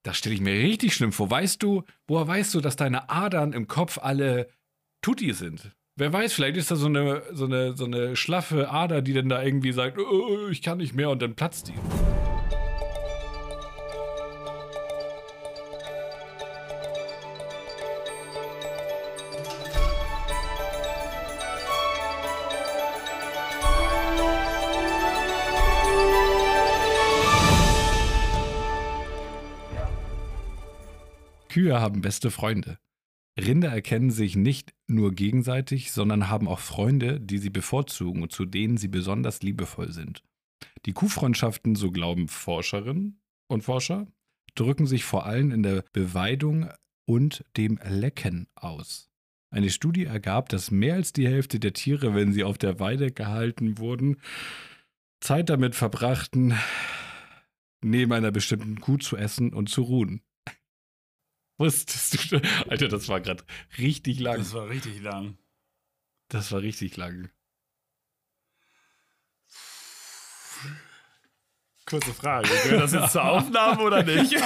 Das stelle ich mir richtig schlimm vor. Woher weißt du, dass deine Adern im Kopf alle Tutti sind? Wer weiß, vielleicht ist da so eine schlaffe Ader, die dann da irgendwie sagt, oh, ich kann nicht mehr und dann platzt die. Kühe haben beste Freunde. Rinder erkennen sich nicht nur gegenseitig, sondern haben auch Freunde, die sie bevorzugen und zu denen sie besonders liebevoll sind. Die Kuhfreundschaften, so glauben Forscherinnen und Forscher, drücken sich vor allem in der Beweidung und dem Lecken aus. Eine Studie ergab, dass mehr als die Hälfte der Tiere, wenn sie auf der Weide gehalten wurden, Zeit damit verbrachten, neben einer bestimmten Kuh zu essen und zu ruhen. Wusstest du? Alter, das war gerade richtig lang. Das war richtig lang. Das war richtig lang. Kurze Frage, gehört das jetzt zur Aufnahme oder nicht?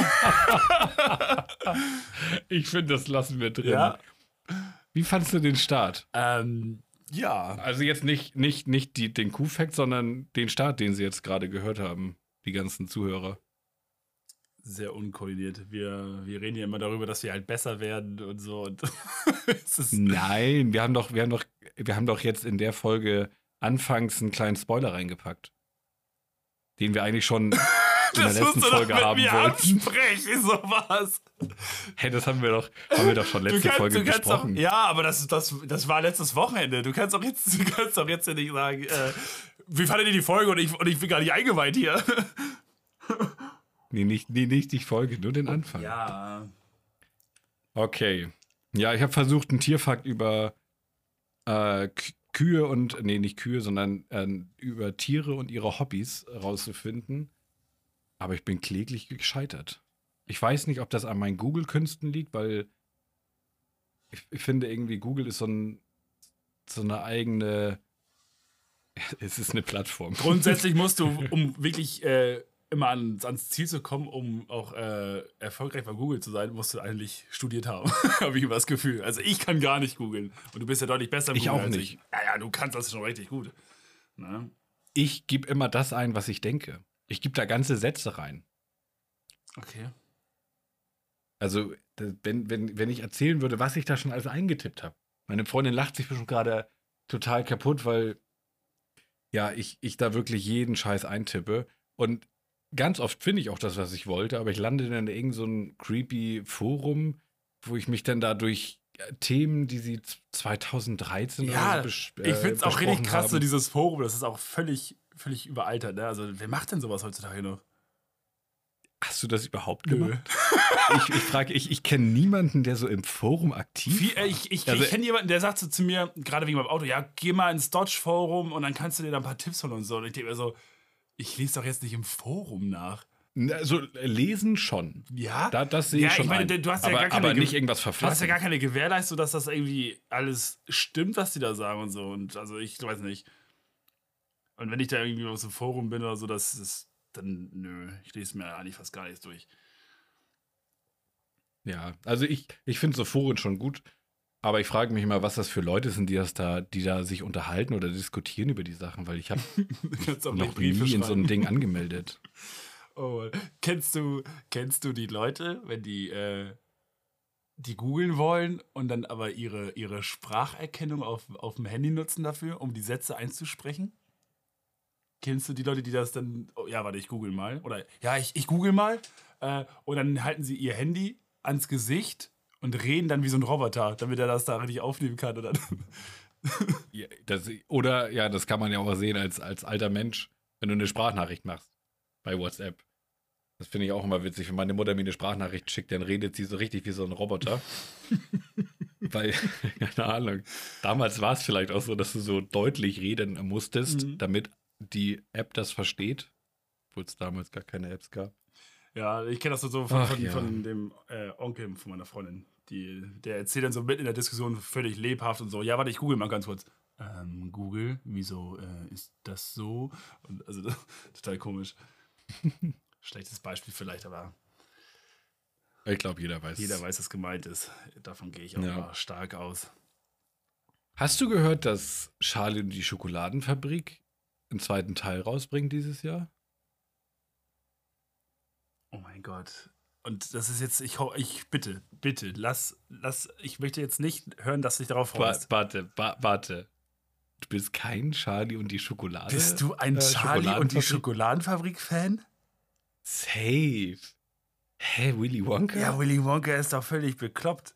Ich finde, das lassen wir drin. Ja. Wie fandst du den Start? Ja. Also jetzt nicht den Q-Fact, sondern den Start, den sie jetzt gerade gehört haben, die ganzen Zuhörer. Sehr unkoordiniert. Wir reden ja immer darüber, dass wir halt besser werden und so. Und Nein, wir haben doch jetzt in der Folge anfangs einen kleinen Spoiler reingepackt. Den wir eigentlich schon in der letzten Folge haben wollten. Absprechen, sowas. Hey, das haben wir doch schon letzte Folge besprochen. Ja, aber das war letztes Wochenende. Du kannst doch jetzt ja nicht sagen, wie fandet ihr die Folge und ich bin gar nicht eingeweiht hier. Nee, nicht die Folge, nur den Anfang. Ja. Okay. Ja, ich habe versucht, einen Tierfakt über Kühe und, nicht Kühe, sondern über Tiere und ihre Hobbys rauszufinden. Aber ich bin kläglich gescheitert. Ich weiß nicht, ob das an meinen Google-Künsten liegt, weil ich finde irgendwie, Google ist so eine eigene, es ist eine Plattform. Grundsätzlich musst du, um wirklich immer ans Ziel zu kommen, um auch erfolgreich bei Google zu sein, musst du eigentlich studiert haben. Habe ich immer das Gefühl. Also ich kann gar nicht googeln. Und du bist ja deutlich besser im Google auch als nicht. ich. Ja, du kannst das schon richtig gut. Na? Ich gebe immer das ein, was ich denke. Ich gebe da ganze Sätze rein. Okay. Also, wenn ich erzählen würde, was ich da schon alles eingetippt habe. Meine Freundin lacht sich schon gerade total kaputt, weil ja, ich da wirklich jeden Scheiß eintippe. Und ganz oft finde ich auch das, was ich wollte, aber ich lande dann in irgend so ein creepy Forum, wo ich mich dann da durch Themen, die sie 2013 Ja, oder so ich finde es auch richtig krass, haben. so dieses Forum, das ist auch völlig überaltert, ne? Also, wer macht denn sowas heutzutage noch? Hast du das überhaupt gemacht? Ich kenne niemanden, der so im Forum aktiv war. Ich kenne jemanden, der sagt so zu mir, gerade wegen meinem Auto, ja, geh mal ins Dodge-Forum und dann kannst du dir da ein paar Tipps holen und so. Und ich denke mir so, ich lese doch jetzt nicht im Forum nach. Also lesen schon. Ja? Das sehe ich schon. Ich meine, du hast ja gar keine aber nicht irgendwas Du verfassen. hast ja gar keine Gewährleistung, dass das irgendwie alles stimmt, was die da sagen und so. Und also ich weiß nicht. Und wenn ich da irgendwie aus dem Forum bin oder so, das ist dann, nö, ich lese mir eigentlich fast gar nichts durch. Ja, also ich finde so Foren schon gut, aber ich frage mich immer, was das für Leute sind, die da sich unterhalten oder diskutieren über die Sachen, weil ich habe noch nie in so ein Ding angemeldet. Oh, kennst du die Leute, wenn die googeln wollen und dann aber ihre Spracherkennung auf dem Handy nutzen dafür, um die Sätze einzusprechen? Kennst du die Leute, die das dann, oh, ja, warte, ich google mal. Oder, ja, ich google mal. Und dann halten sie ihr Handy ans Gesicht und reden dann wie so ein Roboter, damit er das da richtig aufnehmen kann. Oder, Ja, das kann man ja auch sehen als alter Mensch, wenn du eine Sprachnachricht machst bei WhatsApp. Das finde ich auch immer witzig. Wenn meine Mutter mir eine Sprachnachricht schickt, dann redet sie so richtig wie so ein Roboter. Weil, keine Ahnung, damals war es vielleicht auch so, dass du so deutlich reden musstest, damit die App das versteht, obwohl es damals gar keine Apps gab. ja, ich kenne das so von dem Onkel von meiner Freundin. Der erzählt dann so mitten in der Diskussion völlig lebhaft und so. Ja, warte, ich google mal ganz kurz. Google, wieso ist das so? Und also total komisch. Schlechtes Beispiel vielleicht, aber Ich glaube, jeder weiß. Jeder weiß, was gemeint ist. Davon gehe ich auch mal stark aus. Hast du gehört, dass Charlie und die Schokoladenfabrik einen zweiten Teil rausbringt dieses Jahr? Oh mein Gott. Und das ist jetzt, bitte, ich möchte jetzt nicht hören, dass du dich darauf freust. Warte. Du bist kein Charlie und die Schokolade? Bist du ein Charlie und die Schokoladenfabrik-Fan? Safe. Hä, Willy Wonka? Ja, Willy Wonka ist doch völlig bekloppt.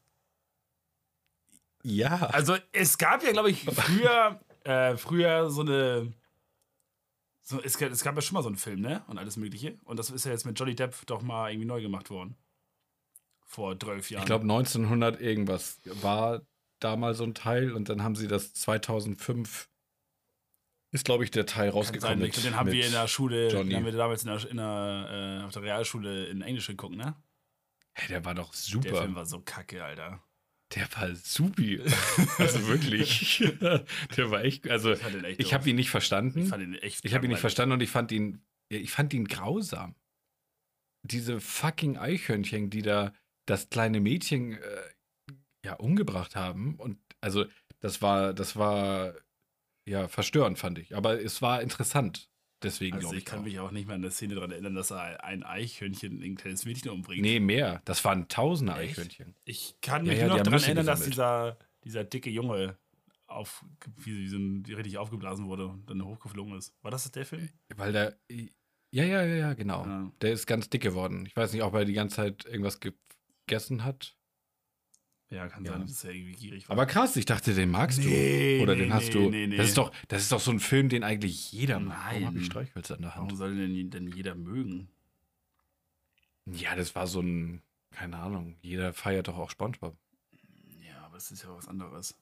Ja. Also es gab ja, glaube ich, früher so eine... es gab ja schon mal so einen Film, ne? Und alles Mögliche. Und das ist ja jetzt mit Johnny Depp doch mal irgendwie neu gemacht worden. Vor 12 Jahren. Ich glaube 1900 irgendwas war da mal so ein Teil und dann haben sie das 2005 ist, glaube ich, der Teil rausgekommen. Den haben wir in der Schule, Johnny. den haben wir damals auf der Realschule in Englisch geguckt, ne? Hey, der war doch super. Der Film war so kacke, Alter. Der war supi. Also wirklich. Der war echt, also ich habe ihn nicht verstanden. Ich habe ihn nicht verstanden und ich fand ihn grausam. Diese fucking Eichhörnchen, die da das kleine Mädchen umgebracht haben. Und also das war ja verstörend, fand ich. Aber es war interessant. Deswegen, glaube ich. Ich kann mich auch nicht mehr an der Szene daran erinnern, dass er ein Eichhörnchen, ein kleines Mädchen umbringt. Nee, mehr. Das waren tausende Eichhörnchen. Ich kann mich nur noch daran erinnern, dass dieser dicke Junge richtig aufgeblasen wurde und dann hochgeflogen ist. War das der Film? Weil der. Ja, genau. Ja. Der ist ganz dick geworden. Ich weiß nicht, ob er die ganze Zeit irgendwas gegessen hat. Ja, kann sein, dass er irgendwie gierig war. Aber krass, ich dachte, den magst du. Oder den hast du. Nee. Das ist doch so ein Film, den eigentlich jeder mag. Warum habe ich Streichhölzer in der Hand? Warum soll denn jeder mögen? Ja, das war so ein, keine Ahnung, jeder feiert doch auch SpongeBob. Ja, aber es ist ja was anderes.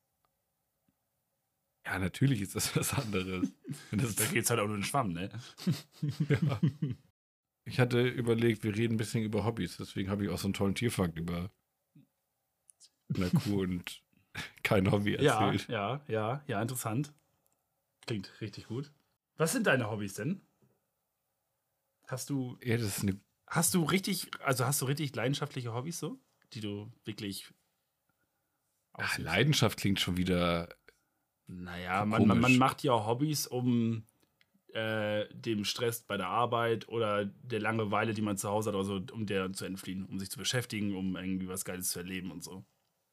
Ja, natürlich ist das was anderes. Da geht's halt auch nur den Schwamm, ne? Ja. Ich hatte überlegt, wir reden ein bisschen über Hobbys, deswegen habe ich auch so einen tollen Tierfakt über eine Kuh und kein Hobby erzählt. Ja, interessant. Klingt richtig gut. Was sind deine Hobbys denn? Hast du richtig leidenschaftliche Hobbys so, die du wirklich ausübst? Leidenschaft klingt schon wieder naja, man macht ja Hobbys, um dem Stress bei der Arbeit oder der Langeweile, die man zu Hause hat, oder so, um der zu entfliehen, um sich zu beschäftigen, um irgendwie was Geiles zu erleben und so.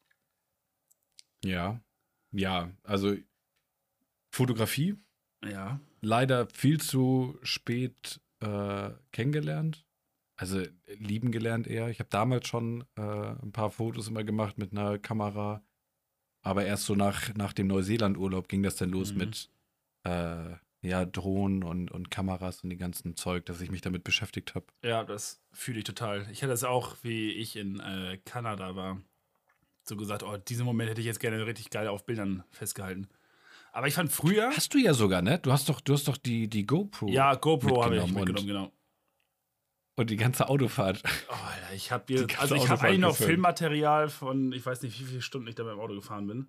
Ja, also Fotografie. Ja. Leider viel zu spät kennengelernt. Also lieben gelernt eher. Ich habe damals schon ein paar Fotos immer gemacht mit einer Kamera. Aber erst so nach dem Neuseeland-Urlaub ging das dann los mit Drohnen und Kameras und die ganzen Zeug, dass ich mich damit beschäftigt habe. Ja, das fühle ich total. Ich hatte das auch, wie ich in Kanada war, so gesagt, diesen Moment hätte ich jetzt gerne richtig geil auf Bildern festgehalten. Aber ich fand früher... Hast du ja sogar, ne? Du hast doch die GoPro. Ja, GoPro habe ich mitgenommen, genau. Und die ganze Autofahrt. Oh, Alter, ich habe eigentlich noch Filmmaterial von, ich weiß nicht, wie viele Stunden ich da mit dem Auto gefahren bin.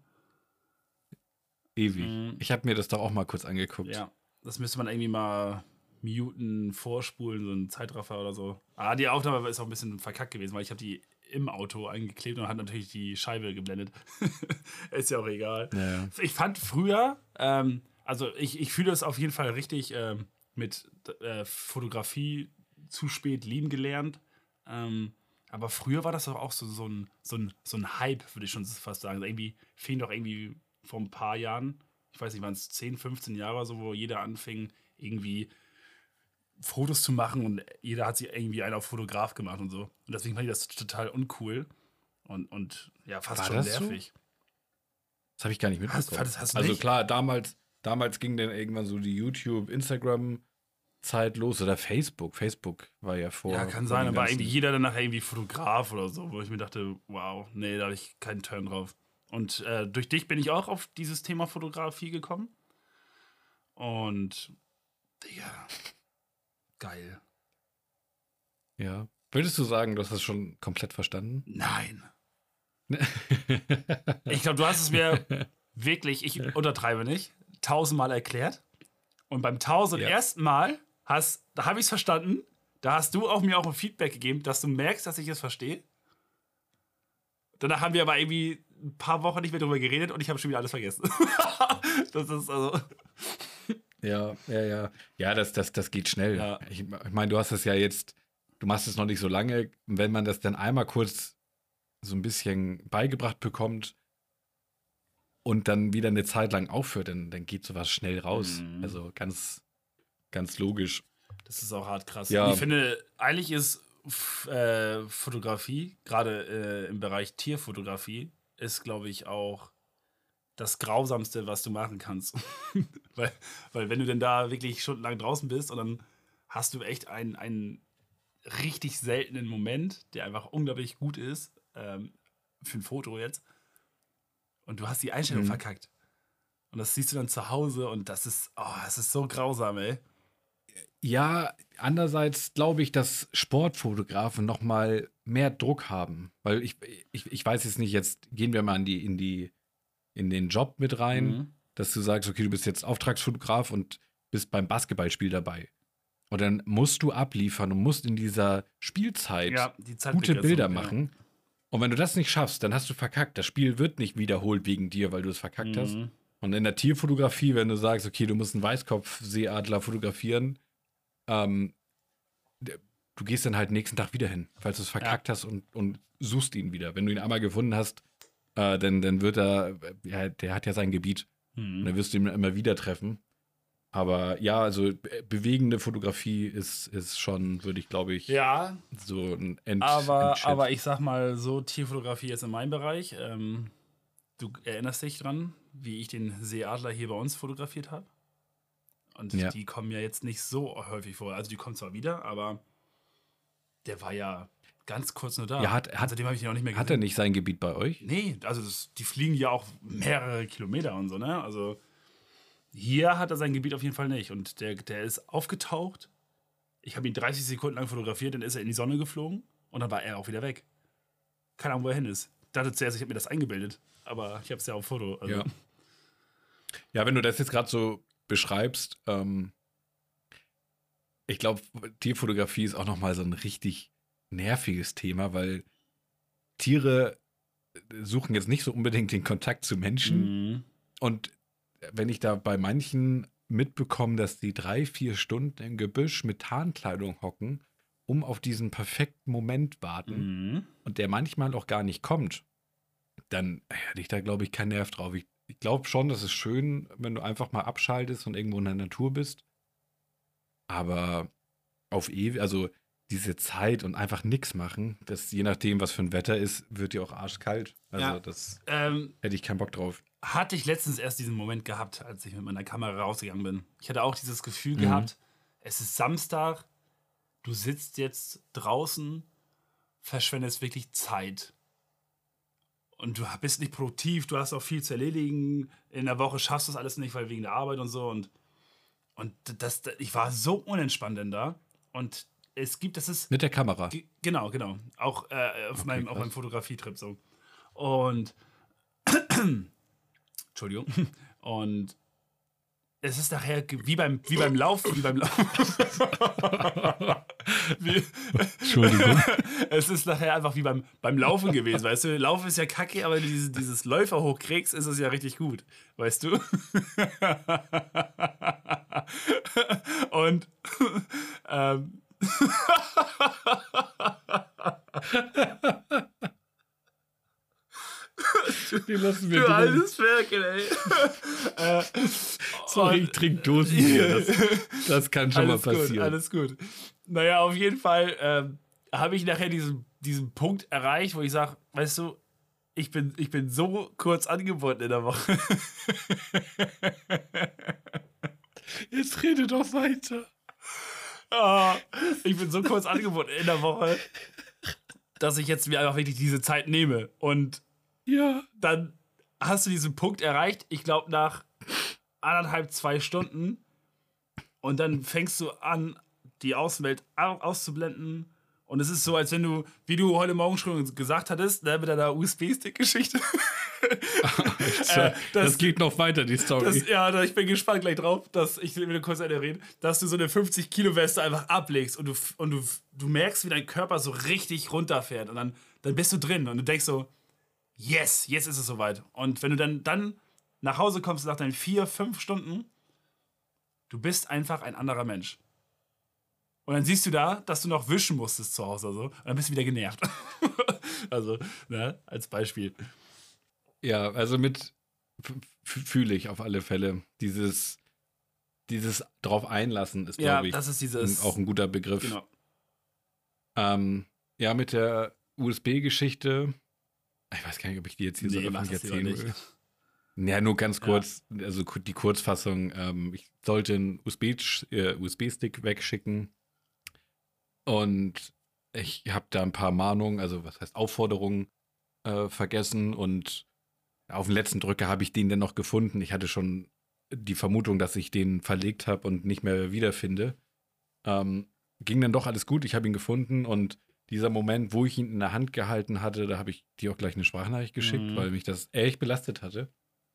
Ewig. Ich habe mir das doch auch mal kurz angeguckt. Ja, das müsste man irgendwie mal muten, vorspulen, so ein Zeitraffer oder so. Die Aufnahme ist auch ein bisschen verkackt gewesen, weil ich habe die im Auto eingeklebt und hat natürlich die Scheibe geblendet. Ist ja auch egal. Ja. Ich fand früher, ich fühle das auf jeden Fall richtig mit Fotografie zu spät lieben gelernt. Aber früher war das doch auch so ein Hype, würde ich schon fast sagen. Also irgendwie fing doch irgendwie vor ein paar Jahren, ich weiß nicht, waren es 10, 15 Jahre so, wo jeder anfing, irgendwie Fotos zu machen und jeder hat sich irgendwie einen auf Fotograf gemacht und so. Und deswegen fand ich das total uncool und ja, fast war schon nervig. So? Das habe ich gar nicht mitbekommen. Hast du also nicht? Klar, damals ging dann irgendwann so die YouTube, Instagram-Zeit los oder Facebook. Facebook war ja vor. Ja, kann sein, aber irgendwie jeder dann nachher irgendwie Fotograf oder so, wo ich mir dachte, wow, nee, da hatte ich keinen Turn drauf. Und durch dich bin ich auch auf dieses Thema Fotografie gekommen. Und ja, geil. Ja. Würdest du sagen, du hast das schon komplett verstanden? Nein. Ich glaube, du hast es mir wirklich, ich untertreibe nicht, 1000-mal erklärt. Und beim 1001. Mal da habe ich es verstanden. Da hast du mir auch ein Feedback gegeben, dass du merkst, dass ich es verstehe. Danach haben wir aber irgendwie ein paar Wochen nicht mehr drüber geredet und ich habe schon wieder alles vergessen. Das ist also. Ja. Ja, das geht schnell. Ja. Ich meine, du hast es ja jetzt, du machst es noch nicht so lange. Wenn man das dann einmal kurz so ein bisschen beigebracht bekommt und dann wieder eine Zeit lang aufhört, dann geht sowas schnell raus. Also ganz, ganz logisch. Das ist auch hart krass. Ja. Ich finde, eigentlich ist Fotografie, gerade im Bereich Tierfotografie, ist, glaube ich, auch das Grausamste, was du machen kannst. weil wenn du denn da wirklich stundenlang draußen bist und dann hast du echt einen richtig seltenen Moment, der einfach unglaublich gut ist, für ein Foto jetzt, und du hast die Einstellung verkackt. Und das siehst du dann zu Hause und das ist so grausam, ey. Ja, andererseits glaube ich, dass Sportfotografen noch mal mehr Druck haben. Weil ich weiß jetzt nicht, jetzt gehen wir mal in den Job mit rein, dass du sagst, okay, du bist jetzt Auftragsfotograf und bist beim Basketballspiel dabei. Und dann musst du abliefern und musst in dieser Spielzeit die Zeit gute Bilder machen. Und wenn du das nicht schaffst, dann hast du verkackt. Das Spiel wird nicht wiederholt wegen dir, weil du es verkackt hast. Und in der Tierfotografie, wenn du sagst, okay, du musst einen Weißkopfseeadler fotografieren, du gehst dann halt nächsten Tag wieder hin, falls du es verkackt hast und suchst ihn wieder. Wenn du ihn einmal gefunden hast, dann wird der hat ja sein Gebiet. Und dann wirst du ihn immer wieder treffen. Aber ja, also bewegende Fotografie ist schon, würde ich, glaube ich, so ein aber ich sag mal so, Tierfotografie ist in meinem Bereich. Du erinnerst dich dran, wie ich den Seeadler hier bei uns fotografiert habe? Und die kommen ja jetzt nicht so häufig vor. Also die kommen zwar wieder, aber der war ja ganz kurz nur da. Ja, seitdem habe ich ihn auch nicht mehr gesehen. Hat er nicht sein Gebiet bei euch? Nee, also die fliegen ja auch mehrere Kilometer und so, ne? Also hier hat er sein Gebiet auf jeden Fall nicht. Und der ist aufgetaucht. Ich habe ihn 30 Sekunden lang fotografiert, dann ist er in die Sonne geflogen und dann war er auch wieder weg. Keine Ahnung, wo er hin ist. Ich dachte zuerst, ich habe mir das eingebildet, aber ich habe es ja auf Foto. Also. Ja, wenn du das jetzt gerade so beschreibst, ich glaube, Tierfotografie ist auch nochmal so ein richtig nerviges Thema, weil Tiere suchen jetzt nicht so unbedingt den Kontakt zu Menschen. Und wenn ich da bei manchen mitbekomme, dass die 3-4 Stunden im Gebüsch mit Tarnkleidung hocken, um auf diesen perfekten Moment warten und der manchmal auch gar nicht kommt, dann hätte ich da, glaube ich, keinen Nerv drauf. Ich glaube schon, das ist schön, wenn du einfach mal abschaltest und irgendwo in der Natur bist. Aber auf ewig, also diese Zeit und einfach nichts machen, das je nachdem, was für ein Wetter ist, wird dir auch arschkalt. Also das hätte ich keinen Bock drauf. Hatte ich letztens erst diesen Moment gehabt, als ich mit meiner Kamera rausgegangen bin. Ich hatte auch dieses Gefühl gehabt, es ist Samstag, du sitzt jetzt draußen, verschwendest wirklich Zeit. Und du bist nicht produktiv, du hast auch viel zu erledigen. In der Woche schaffst du das alles nicht, weil wegen der Arbeit und so. Und ich war so unentspannt denn da. Und es gibt, das ist. Mit der Kamera. Genau. Auch auf meinem Fotografietrip so. Und. Entschuldigung. Und es ist nachher wie beim Laufen. Entschuldigung. Es ist nachher einfach wie beim Laufen gewesen, weißt du? Laufen ist ja kacke, aber wenn du dieses Läufer hochkriegst, ist es ja richtig gut, weißt du? Und Die lassen wir du drin. altes Ferkel, ey. Sorry, ich trinke Dosenbier. Das kann schon mal passieren. Alles gut. Naja, auf jeden Fall habe ich nachher diesen Punkt erreicht, wo ich sage, weißt du, ich bin so kurz angebunden in der Woche. Jetzt rede doch weiter. Ich bin so kurz angebunden in der Woche, dass ich jetzt mir einfach wirklich diese Zeit nehme. Und dann hast du diesen Punkt erreicht, ich glaube nach 1,5, 2 Stunden. Und dann fängst du an, die Außenwelt auszublenden Und es ist so, als wenn du, wie du heute Morgen schon gesagt hattest, ne, mit deiner USB-Stick-Geschichte. Das geht noch weiter, die Story. Ich bin gespannt gleich drauf, dass ich will kurz reden, dass du so eine 50-Kilo-Weste einfach ablegst und du merkst, wie dein Körper so richtig runterfährt. Und dann bist du drin und du denkst so, yes, jetzt ist es soweit. Und wenn du dann nach Hause kommst nach deinen 4-5 Stunden, du bist einfach ein anderer Mensch. Und dann siehst du da, dass du noch wischen musstest zu Hause. Und dann bist du wieder genervt. Also, ne, als Beispiel. Ja, also fühle ich auf alle Fälle. Dieses drauf einlassen ist, glaube ich, das ist auch ein guter Begriff. Genau. Ja, mit der USB-Geschichte, ich weiß gar nicht, ob ich die jetzt hier so öffentlich erzählen will. Ja, nur ganz kurz, also die Kurzfassung. Ich sollte einen USB-Stick wegschicken und ich habe da ein paar Mahnungen, also was heißt Aufforderungen, vergessen und auf den letzten Drücker habe ich den dann noch gefunden. Ich hatte schon die Vermutung, dass ich den verlegt habe und nicht mehr wiederfinde. Ging dann doch alles gut, ich habe ihn gefunden und dieser Moment, wo ich ihn in der Hand gehalten hatte, da habe ich dir auch gleich eine Sprachnachricht geschickt, weil mich das echt belastet hatte.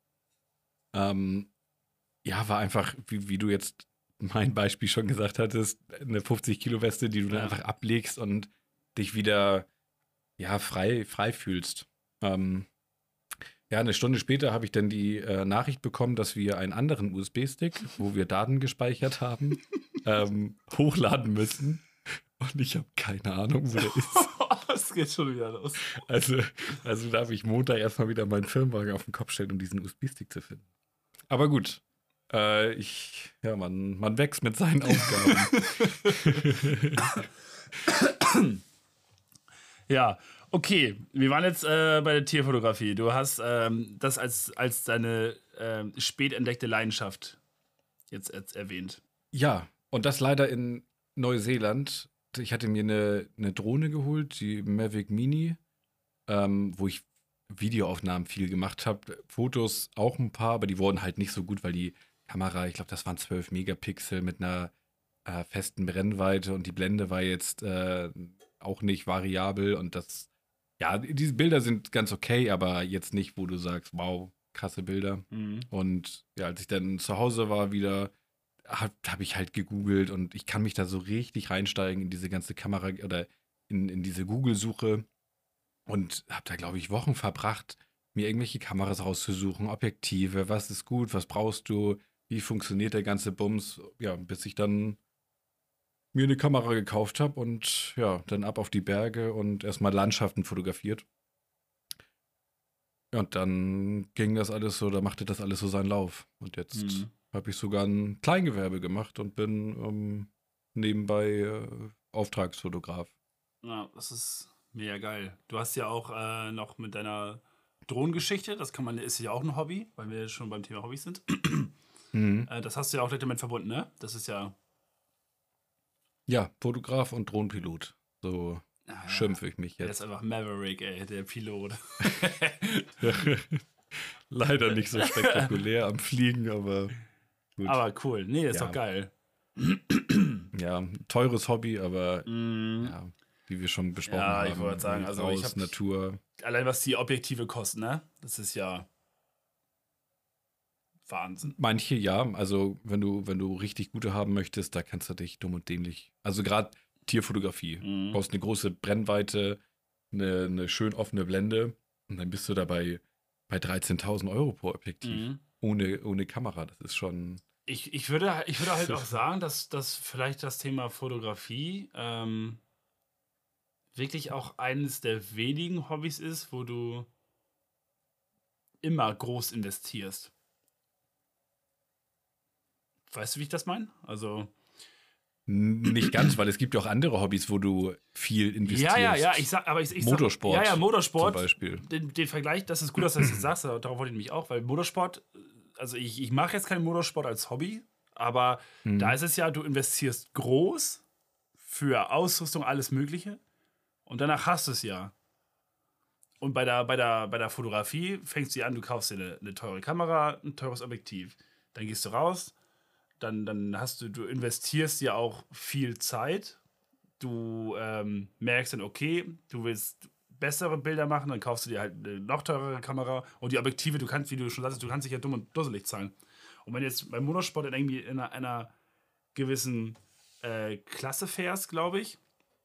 War einfach, wie du jetzt mein Beispiel schon gesagt hattest, eine 50-Kilo-Weste, die du dann einfach ablegst und dich wieder frei fühlst. Eine Stunde später habe ich dann die Nachricht bekommen, dass wir einen anderen USB-Stick, wo wir Daten gespeichert haben, hochladen müssen. Und ich habe keine Ahnung, wo der ist. Das geht schon wieder los. Also darf ich Montag erstmal wieder meinen Firmenwagen auf den Kopf stellen, um diesen USB-Stick zu finden. Aber gut. Man wächst mit seinen Aufgaben. Ja, okay. Wir waren jetzt bei der Tierfotografie. Du hast das als deine spät entdeckte Leidenschaft jetzt erwähnt. Ja, und das leider in Neuseeland. Ich hatte mir eine Drohne geholt, die Mavic Mini, wo ich Videoaufnahmen viel gemacht habe. Fotos auch ein paar, aber die wurden halt nicht so gut, weil die Kamera, ich glaube, das waren 12 Megapixel mit einer festen Brennweite und die Blende war jetzt auch nicht variabel und diese Bilder sind ganz okay, aber jetzt nicht, wo du sagst, wow, krasse Bilder. Mhm. Und ja, als ich dann zu Hause war wieder, hab ich halt gegoogelt und ich kann mich da so richtig reinsteigen in diese ganze Kamera oder in diese Google-Suche und habe da, glaube ich, Wochen verbracht, mir irgendwelche Kameras rauszusuchen, Objektive, was ist gut, was brauchst du, wie funktioniert der ganze Bums, ja, bis ich dann mir eine Kamera gekauft habe und ja, dann ab auf die Berge und erstmal Landschaften fotografiert. Ja, und dann ging das alles so, da machte das alles so seinen Lauf. Und jetzt habe ich sogar ein Kleingewerbe gemacht und bin nebenbei Auftragsfotograf. Ja, das ist mega geil. Du hast ja auch noch mit deiner Drohnengeschichte, ist ja auch ein Hobby, weil wir schon beim Thema Hobbys sind. Das hast du ja auch direkt damit verbunden, ne? Das ist ja... Ja, Fotograf und Drohnenpilot. So schimpfe ich mich jetzt. Der ist einfach Maverick, ey, der Pilot. Leider nicht so spektakulär am Fliegen, aber gut. Aber cool. Nee, das ist doch geil. Ja, teures Hobby, aber ja, wie wir schon besprochen haben. Ja, ich wollte sagen, also ich hab Natur. Allein was die Objektive kosten, ne? Das ist ja Wahnsinn. Manche ja, also wenn du richtig gute haben möchtest, da kannst du dich dumm und dämlich. Also gerade Tierfotografie. Du brauchst eine große Brennweite, eine schön offene Blende und dann bist du dabei bei 13.000 Euro pro Objektiv. Ohne Kamera, das ist schon. Ich würde halt auch sagen, dass vielleicht das Thema Fotografie wirklich auch eines der wenigen Hobbys ist, wo du immer groß investierst. Weißt du, wie ich das meine? Also. Nicht ganz, weil es gibt ja auch andere Hobbys, wo du viel investierst. Ja, ich sag Motorsport. Ja, Motorsport. Zum Beispiel. Den Vergleich, das ist gut, dass du das jetzt sagst, darauf wollte ich nämlich auch, weil Motorsport, also ich mache jetzt keinen Motorsport als Hobby, aber da ist es ja, du investierst groß für Ausrüstung, alles Mögliche und danach hast du es ja. Und bei der Fotografie fängst du an, du kaufst dir eine teure Kamera, ein teures Objektiv. Dann gehst du raus, dann du investierst ja auch viel Zeit, du merkst dann, okay, du willst bessere Bilder machen, dann kaufst du dir halt eine noch teurere Kamera und die Objektive, du kannst, wie du schon sagst, du kannst dich ja dumm und dusselig zahlen. Und wenn du jetzt beim Motorsport in irgendwie in einer gewissen Klasse fährst, glaube ich,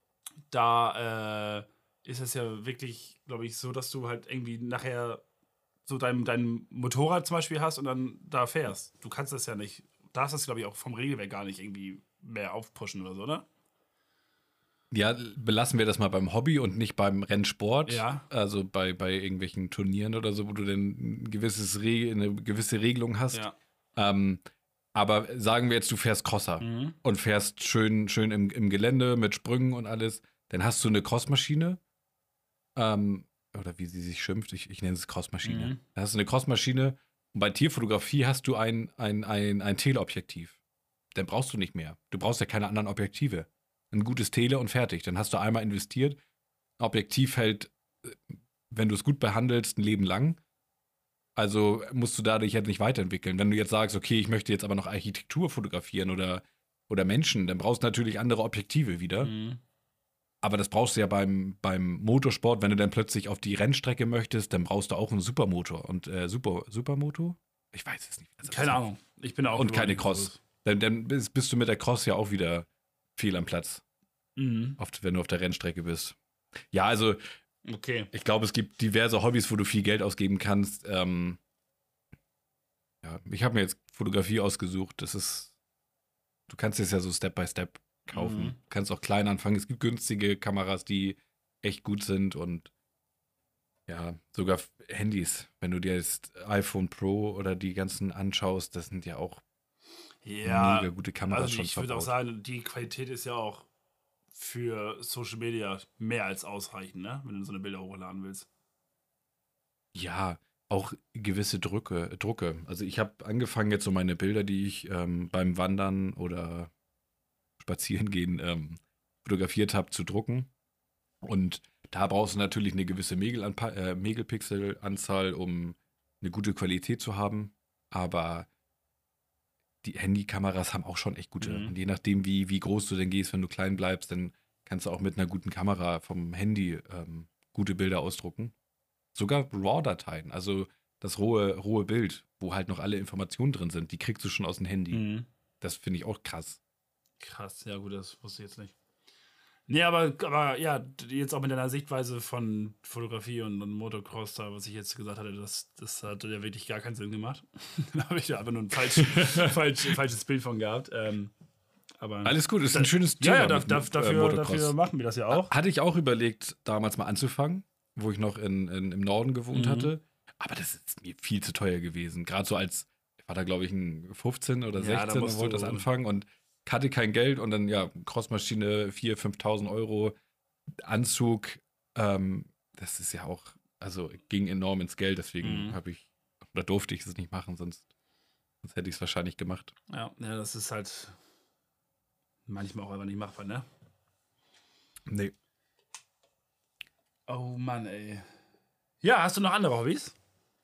da ist es ja wirklich, glaube ich, so, dass du halt irgendwie nachher so dein Motorrad zum Beispiel hast und dann da fährst. Du kannst das ja nicht, darfst das, glaube ich, auch vom Regelwerk gar nicht irgendwie mehr aufpushen oder so, oder? Ja, belassen wir das mal beim Hobby und nicht beim Rennsport. Ja. Also bei irgendwelchen Turnieren oder so, wo du dann eine gewisse Regelung hast. Ja. Aber sagen wir jetzt, du fährst Crosser und fährst schön im Gelände mit Sprüngen und alles, dann hast du eine Crossmaschine. Oder wie sie sich schimpft, ich nenne es Crossmaschine. Dann hast du eine Crossmaschine und bei Tierfotografie hast du ein Teleobjektiv. Dann brauchst du nicht mehr. Du brauchst ja keine anderen Objektive. Ein gutes Tele und fertig. Dann hast du einmal investiert. Objektiv hält, wenn du es gut behandelst, ein Leben lang. Also musst du dadurch halt nicht weiterentwickeln. Wenn du jetzt sagst, okay, ich möchte jetzt aber noch Architektur fotografieren oder Menschen, dann brauchst du natürlich andere Objektive wieder. Aber das brauchst du ja beim Motorsport, wenn du dann plötzlich auf die Rennstrecke möchtest, dann brauchst du auch einen Supermotor. Und Supermotor? Ich weiß es nicht. Keine Ahnung. Ich bin auch. Und keine Cross. Dann bist du mit der Cross ja auch wieder fehl am Platz. Oft, wenn du auf der Rennstrecke bist. Ja, also okay. Ich glaube, es gibt diverse Hobbys, wo du viel Geld ausgeben kannst. Ja, ich habe mir jetzt Fotografie ausgesucht. Du kannst es ja so Step by Step kaufen. Du kannst auch klein anfangen. Es gibt günstige Kameras, die echt gut sind und ja, sogar Handys. Wenn du dir jetzt iPhone Pro oder die ganzen anschaust, das sind ja auch mega gute Kameras also schon ich würde auch sagen, die Qualität ist ja auch für Social Media mehr als ausreichend, ne? Wenn du so eine Bilder hochladen willst. Ja, auch gewisse Drucke. Also ich habe angefangen jetzt so meine Bilder, die ich beim Wandern oder Spazierengehen fotografiert habe, zu drucken. Und da brauchst du natürlich eine gewisse Megapixel-Anzahl, um eine gute Qualität zu haben. Aber die Handykameras haben auch schon echt gute. Und je nachdem, wie groß du denn gehst, wenn du klein bleibst, dann kannst du auch mit einer guten Kamera vom Handy gute Bilder ausdrucken. Sogar RAW-Dateien, also das rohe Bild, wo halt noch alle Informationen drin sind, die kriegst du schon aus dem Handy. Das finde ich auch krass. Krass, ja gut, das wusste ich jetzt nicht. Nee, aber ja, jetzt auch mit deiner Sichtweise von Fotografie und Motocross da, was ich jetzt gesagt hatte, das hat ja wirklich gar keinen Sinn gemacht. Da habe ich ja einfach nur ein falsches Bild von gehabt. Aber alles gut, ist ein schönes Thema. Ja, dafür machen wir das ja auch. Hatte ich auch überlegt, damals mal anzufangen, wo ich noch im Norden gewohnt hatte. Aber das ist mir viel zu teuer gewesen. Gerade so ich war da glaube ich ein 15 oder 16 und wollte das anfangen und hatte kein Geld und dann, ja, Crossmaschine, 4.000, 5.000 Euro, Anzug, das ist ja auch, also ging enorm ins Geld, deswegen durfte ich es nicht machen, sonst hätte ich es wahrscheinlich gemacht. Ja, das ist halt manchmal auch einfach nicht machbar, ne? Nee. Oh Mann, ey. Ja, hast du noch andere Hobbys?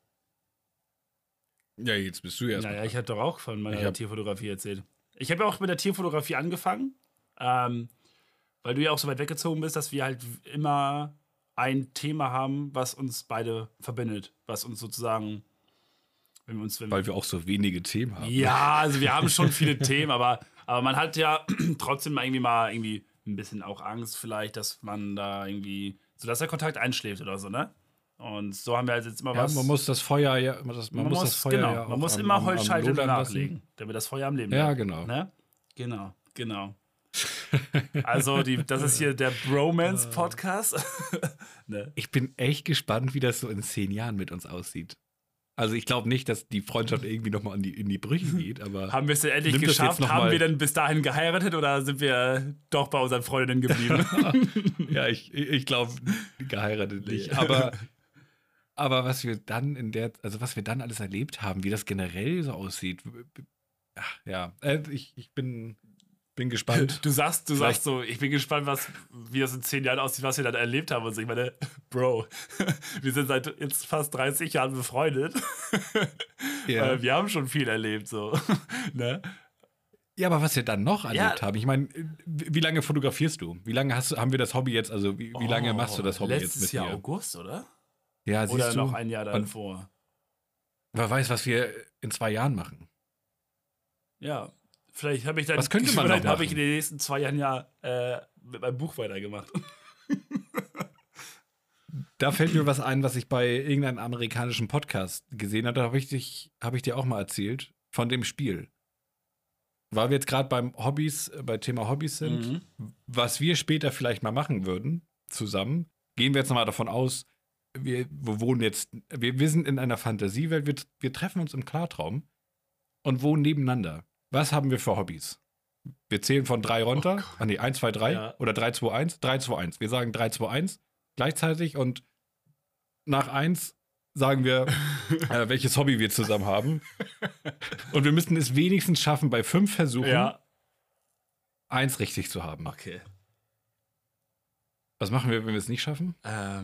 Ja, jetzt bist du erst. Naja, ich habe doch auch von meiner Tierfotografie erzählt. Ich habe ja auch mit der Tierfotografie angefangen, weil du ja auch so weit weggezogen bist, dass wir halt immer ein Thema haben, was uns beide verbindet, was uns sozusagen, weil wir auch so wenige Themen haben. Ja, also wir haben schon viele Themen, aber man hat ja trotzdem irgendwie ein bisschen auch Angst vielleicht, dass man da irgendwie, so dass der Kontakt einschläft oder so, ne? Und so haben wir halt jetzt immer was. Man muss das Feuer man muss immer Holzscheite nachlegen, damit das Feuer am Leben bleibt. Ja, genau. Ne? Genau. Also, das ist hier der Bromance-Podcast. Ne? Ich bin echt gespannt, wie das so in 10 Jahren mit uns aussieht. Also, ich glaube nicht, dass die Freundschaft irgendwie nochmal in die Brüche geht, aber. Haben wir es denn endlich geschafft? Haben wir denn bis dahin geheiratet oder sind wir doch bei unseren Freundinnen geblieben? Ja, ich glaube, geheiratet nicht. Aber was wir dann was wir dann alles erlebt haben, wie das generell so aussieht, ja, ich bin gespannt. Du sagst so, ich bin gespannt, wie das in 10 Jahren aussieht, was wir dann erlebt haben. Und so, ich meine, Bro, wir sind seit jetzt fast 30 Jahren befreundet. Ja. Wir haben schon viel erlebt, so. Ne? Ja, aber was wir dann noch Ja. erlebt haben, ich meine, wie lange fotografierst du? Wie lange haben wir das Hobby jetzt, also wie lange machst du das Hobby jetzt Letztes mit Jahr mir? August, oder? Ja, siehst Oder du? noch ein Jahr Und davor. wer weiß, was wir in 2 Jahren machen. Ja. Vielleicht habe ich dann Was könnte man vielleicht noch habe ich machen? in den nächsten 2 Jahren mit meinem Buch weitergemacht. Da fällt mir was ein, was ich bei irgendeinem amerikanischen Podcast gesehen habe. Da habe ich dir auch mal erzählt von dem Spiel. Weil wir jetzt gerade bei Thema Hobbys sind, was wir später vielleicht mal machen würden, zusammen, gehen wir jetzt nochmal davon aus, wir sind in einer Fantasiewelt, wir treffen uns im Klartraum und wohnen nebeneinander. Was haben wir für Hobbys? Wir zählen von 3 runter. 1, 2, 3 Ja. oder 3, 2, 1. 3, 2, 1. Wir sagen 3, 2, 1 gleichzeitig und nach 1 sagen wir, welches Hobby wir zusammen haben. Und wir müssten es wenigstens schaffen, bei 5 Versuchen Ja. 1 richtig zu haben. Okay. Was machen wir, wenn wir es nicht schaffen? Ja,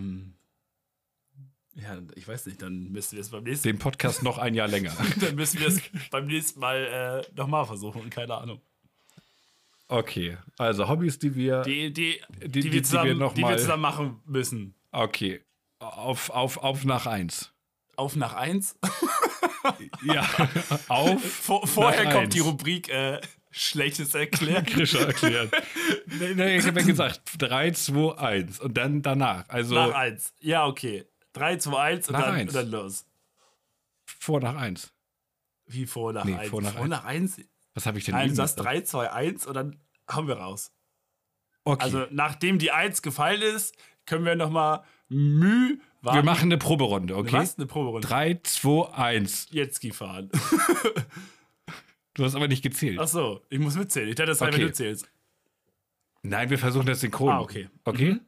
ich weiß nicht, dann müssen wir es beim nächsten Den Podcast noch ein Jahr länger. dann müssen wir es beim nächsten Mal nochmal versuchen, keine Ahnung. Okay, also Hobbys, die wir Die wir zusammen machen müssen. Okay, auf nach 1. Auf nach 1. Ja, auf Vorher nach kommt 1. die Rubrik Schlechtes erklären. Krischer erklärt. Nee, ich habe ja gesagt 3, 2, 1 und dann danach. Also Nach 1. Ja, okay. 3, 2, 1 und Nach dann, 1. und dann los. vor nach 1. Wie vor nach Nee, 1? vor nach Vor nach 1? Was habe ich denn Nein, du eben sagst gesagt? 3, 2, 1 und dann haben wir raus. Okay, Also, nachdem die 1 gefallen ist, können wir nochmal warten. wir machen eine Proberunde, okay? Was? Eine Proberunde. 3, 2, 1. Jetski fahren. Du hast aber nicht gezählt. Achso, ich muss mitzählen. Ich dachte, das sei, Okay. wenn du zählst. Nein, wir versuchen das synchron. Ah, okay. Okay?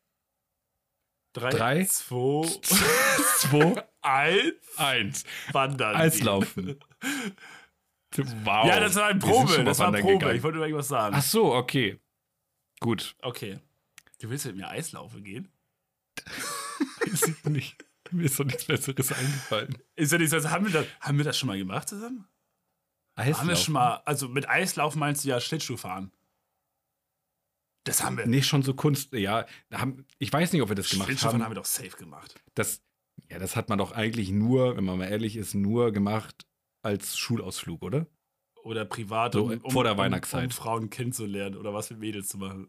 3, Drei. 2, 2, 1, 1. wandern. Eislaufen. Wow. Ja, das war eine Wir sind Probe. schon mal Das war wandern Probe. gegangen. Ich wollte nur irgendwas sagen. Ach so, okay. Gut. Okay. Du willst mit mir Eislaufen gehen? Weiß ich nicht. Mir ist doch nichts Besseres eingefallen. Ist ja nicht so, haben wir das schon mal gemacht zusammen? Haben wir schon mal, also mit Eislaufen meinst du ja Schlittschuh fahren. Das haben wir. Nee, schon so Kunst. Ja, ich weiß nicht, ob wir das gemacht Schlittschuhfahren haben. haben wir doch safe gemacht. Das hat man doch eigentlich nur, wenn man mal ehrlich ist, nur gemacht als Schulausflug, oder? Oder privat, So, vor der um Weihnachtszeit. Frauen kennenzulernen oder was mit Mädels zu machen.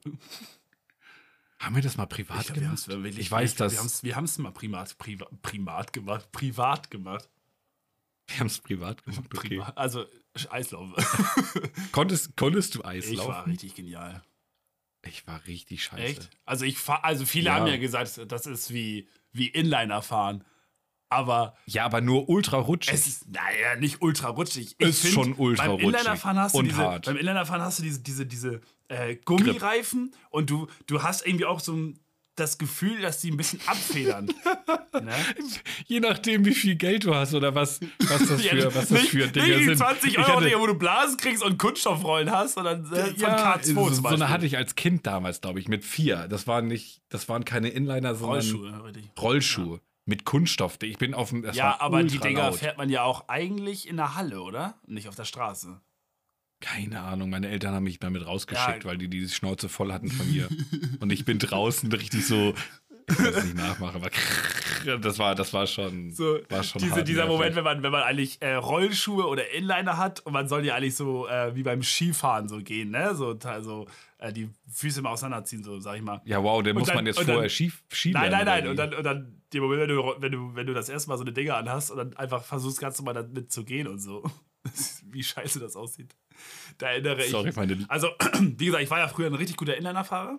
Haben wir das mal privat glaub, gemacht? wirklich- Ich weiß das. Wir haben es mal privat gemacht. Wir haben es privat gemacht. Okay. Privat. Also Eislaufen. Konntest du Ich war Eislaufen? richtig genial. Ich war richtig scheiße. Echt? Also viele Ja. haben ja gesagt, das ist wie Inliner fahren. Aber Ja, aber nur ultra rutschig. es ist, naja, nicht ultra rutschig. Ist schon ultra beim rutschig Inlinerfahren hast du und diese, hart. Beim Inlinerfahren hast du diese Gummireifen und du hast irgendwie auch so das Gefühl, dass die ein bisschen abfedern. Ne? Je nachdem, wie viel Geld du hast oder was das für Dinge nicht die sind. 20 Ich Euro, hatte- Digga, wo du Blasen kriegst und Kunststoffrollen hast, sondern von Ja, K2 zum so Beispiel. eine hatte ich als Kind damals, glaube ich, mit 4. Das waren keine Inliner, sondern Rollschuhe, richtig. Rollschuhe mit Kunststoff. Ich bin auf dem. Das Ja, war aber die ultra Dinger laut. fährt man ja auch eigentlich in der Halle, oder? Nicht auf der Straße. Keine Ahnung, meine Eltern haben mich damit rausgeschickt, Ja. weil die diese Schnauze voll hatten von mir. Und ich bin draußen richtig so. Ich kann es nicht nachmachen, aber das war schon. war schon hart Dieser nervig. Moment, wenn man eigentlich Rollschuhe oder Inliner hat und man soll ja eigentlich so wie beim Skifahren so gehen, ne? Die Füße immer auseinanderziehen, so sag ich mal. Ja, wow, den muss dann- man jetzt und dann- vorher Ski Nein. lernen, Und oder wie? dann der Moment, wenn du das erste Mal so eine Dinger anhast und dann einfach versuchst, ganz normal damit zu gehen und so. Wie scheiße das aussieht. Da erinnere ich. Sorry, meine. Also, wie gesagt, ich war ja früher ein richtig guter Inlinerfahrer.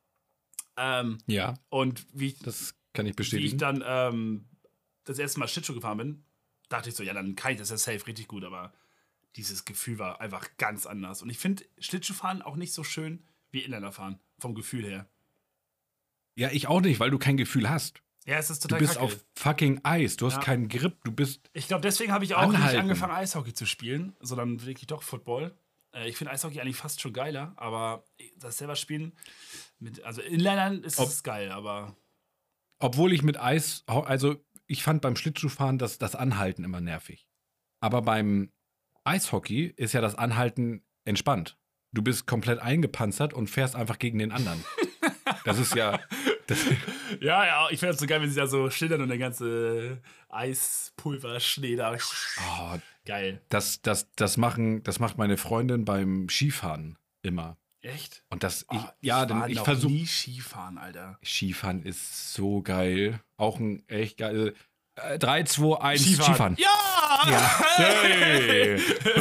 Ja, Und wie ich das kann ich wie ich bestätigen. dann das erste Mal Schlittschuh gefahren bin, dachte ich so, ja, dann kann ich das ja safe richtig gut, aber dieses Gefühl war einfach ganz anders. Und ich finde Schlittschuhfahren auch nicht so schön wie Inlinerfahren, vom Gefühl her. Ja, ich auch nicht, weil du kein Gefühl hast. Ja, es ist Du total bist kacke. auf fucking Eis. Du hast Ja. keinen Grip. Du bist. Ich glaube, deswegen habe ich auch nicht Anhalten. angefangen, Eishockey zu spielen, sondern wirklich doch Football. Ich finde Eishockey eigentlich fast schon geiler, aber das selber spielen, also Inlinern ist es geil, aber Obwohl ich mit Eis. Also, ich fand beim Schlittschuhfahren das Anhalten immer nervig. Aber beim Eishockey ist ja das Anhalten entspannt. Du bist komplett eingepanzert und fährst einfach gegen den anderen. Das ist ja. Ja, ich finde das so geil, wenn sie da so schildern und der ganze Eispulver, Schnee da. Oh, Geil. das macht meine Freundin beim Skifahren immer. Echt? Und Ich versuche. nie Skifahren, Alter. Skifahren ist so geil. Auch ein echt geil. 3, 2, 1, Skifahren. Ja! Ja. Hey.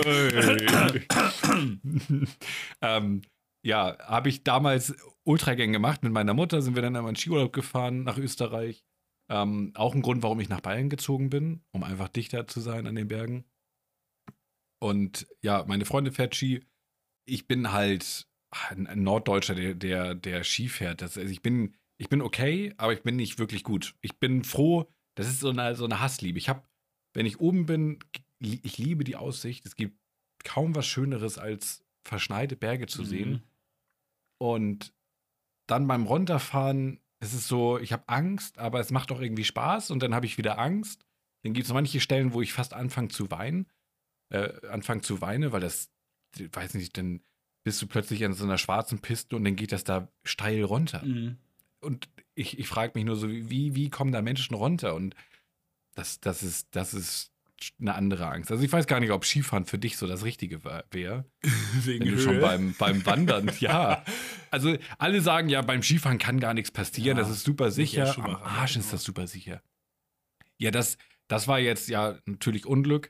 Ja, habe ich damals Ultragänge gemacht. Mit meiner Mutter sind wir dann einmal in Skiurlaub gefahren nach Österreich. Auch ein Grund, warum ich nach Bayern gezogen bin, um einfach dichter zu sein an den Bergen. Und ja, meine Freundin fährt Ski. Ich bin halt ein Norddeutscher, der Ski fährt. Also ich bin okay, aber ich bin nicht wirklich gut. Ich bin froh, das ist so eine Hassliebe. Wenn ich oben bin, ich liebe die Aussicht. Es gibt kaum was Schöneres, als verschneite Berge zu sehen. Und dann beim Runterfahren, es ist so, ich habe Angst, aber es macht auch irgendwie Spaß und dann habe ich wieder Angst. Dann gibt es manche Stellen, wo ich fast anfange zu weinen, weil das, weiß nicht, dann bist du plötzlich an so einer schwarzen Piste und dann geht das da steil runter. Und ich frage mich nur so, wie kommen da Menschen runter? Und das ist eine andere Angst. Also ich weiß gar nicht, ob Skifahren für dich so das Richtige wäre. Wegen Wenn du Höhe. schon beim Wandern, ja. Also alle sagen ja, beim Skifahren kann gar nichts passieren, Ja, das ist super sicher. Am Schumacher, Arsch ist genau. das super sicher. Ja, das war jetzt ja natürlich Unglück.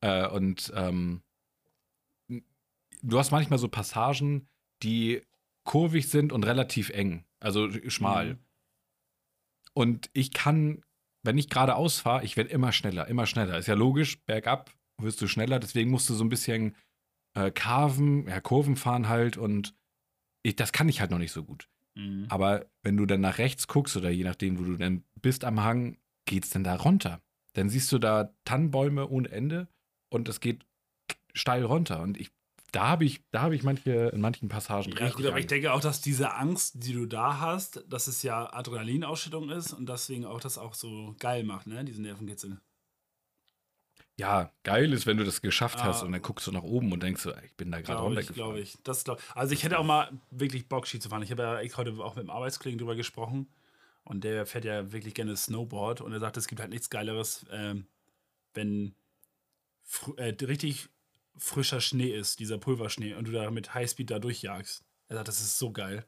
Du hast manchmal so Passagen, die kurvig sind und relativ eng, also schmal. Und wenn ich geradeaus fahre, ich werde immer schneller, immer schneller. Ist ja logisch, bergab wirst du schneller, deswegen musst du so ein bisschen Kurven fahren halt und das kann ich halt noch nicht so gut. Aber wenn du dann nach rechts guckst oder je nachdem, wo du dann bist am Hang, geht's dann da runter. Dann siehst du da Tannenbäume ohne Ende und es geht steil runter. Und da habe ich in manchen Passagen Ja, richtig gut, aber ich Angst. denke auch, dass diese Angst, die du da hast, dass es ja Adrenalinausschüttung ist und deswegen auch das auch so geil macht, ne? Diesen Nervenkitzel. Ja, geil ist, wenn du das geschafft hast und dann guckst du nach oben und denkst so, ich bin da gerade runtergefahren. Glaube ich. Also ich hätte auch mal wirklich Bock, Ski zu fahren. Ich habe ja heute auch mit einem Arbeitskollegen drüber gesprochen und der fährt ja wirklich gerne Snowboard und er sagt, es gibt halt nichts Geileres, wenn richtig frischer Schnee ist, dieser Pulverschnee und du da mit Highspeed da durchjagst. Er sagt, das ist so geil.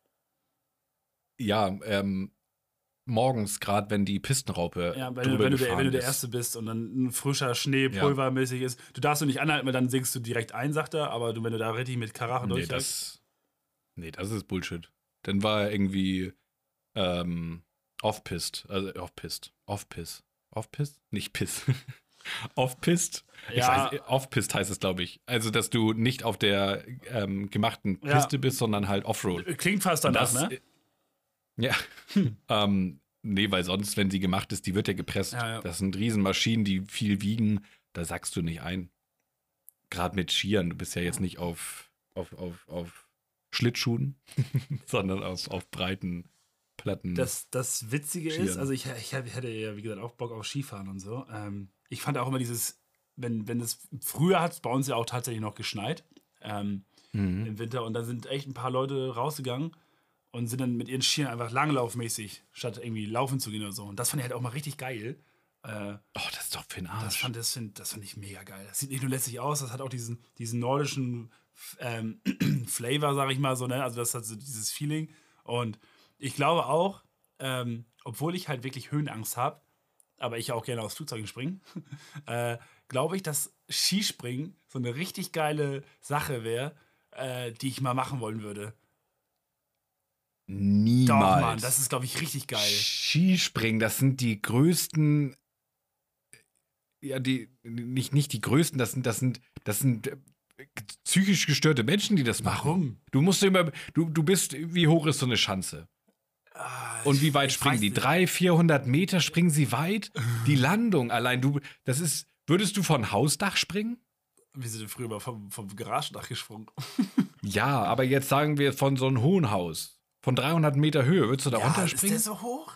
Ja, morgens, gerade wenn die Pistenraupe Ja, drüber wenn du gefahren der ist. Erste bist und dann ein frischer Schnee pulvermäßig ist. Du darfst du nicht anhalten, weil dann sinkst du direkt ein, sagt er, aber wenn du da richtig mit Karacho durchjagst. Das ist Bullshit. Dann war er irgendwie off-pist. Also off-piss. Off-piss? Nicht piss. Off-pist? Ja. Off-pist heißt es, glaube ich. Also, dass du nicht auf der gemachten Piste bist, sondern halt Offroad. Klingt fast danach, ne? Ja. Nee, weil sonst, wenn sie gemacht ist, die wird ja gepresst. Ja. Das sind Riesenmaschinen, die viel wiegen. Da sackst du nicht ein. Gerade mit Skiern. Du bist ja jetzt nicht auf Schlittschuhen, sondern auf breiten Platten. Das Witzige Skiern. ist, also ich hätte ja, wie gesagt, auch Bock auf Skifahren und so. Ich fand auch immer dieses, wenn es früher hat es bei uns ja auch tatsächlich noch geschneit im Winter und da sind echt ein paar Leute rausgegangen und sind dann mit ihren Skiern einfach langlaufmäßig, statt irgendwie laufen zu gehen oder so. Und das fand ich halt auch mal richtig geil. Das ist doch für den Arsch. Das fand ich mega geil. Das sieht nicht nur lässig aus, das hat auch diesen nordischen Flavor, sag ich mal so, ne? Also das hat so dieses Feeling. Und ich glaube auch, obwohl ich halt wirklich Höhenangst habe, aber ich ja auch gerne aus Flugzeugen springe, glaube ich, dass Skispringen so eine richtig geile Sache wäre, die ich mal machen wollen würde. Niemals. Doch, Mann, das ist, glaube ich, richtig geil. Skispringen, das sind die größten, ja, nicht die größten, das sind psychisch gestörte Menschen, die das machen. Warum? Du musst immer, du bist, wie hoch ist so eine Schanze? Und wie weit springen die? 300-400 Meter springen sie weit? Die Landung allein, würdest du von Hausdach springen? Wir sind früher mal vom Garagendach gesprungen. Ja, aber jetzt sagen wir von so einem hohen Haus. Von 300 Meter Höhe, würdest du da runterspringen? Ist der so hoch?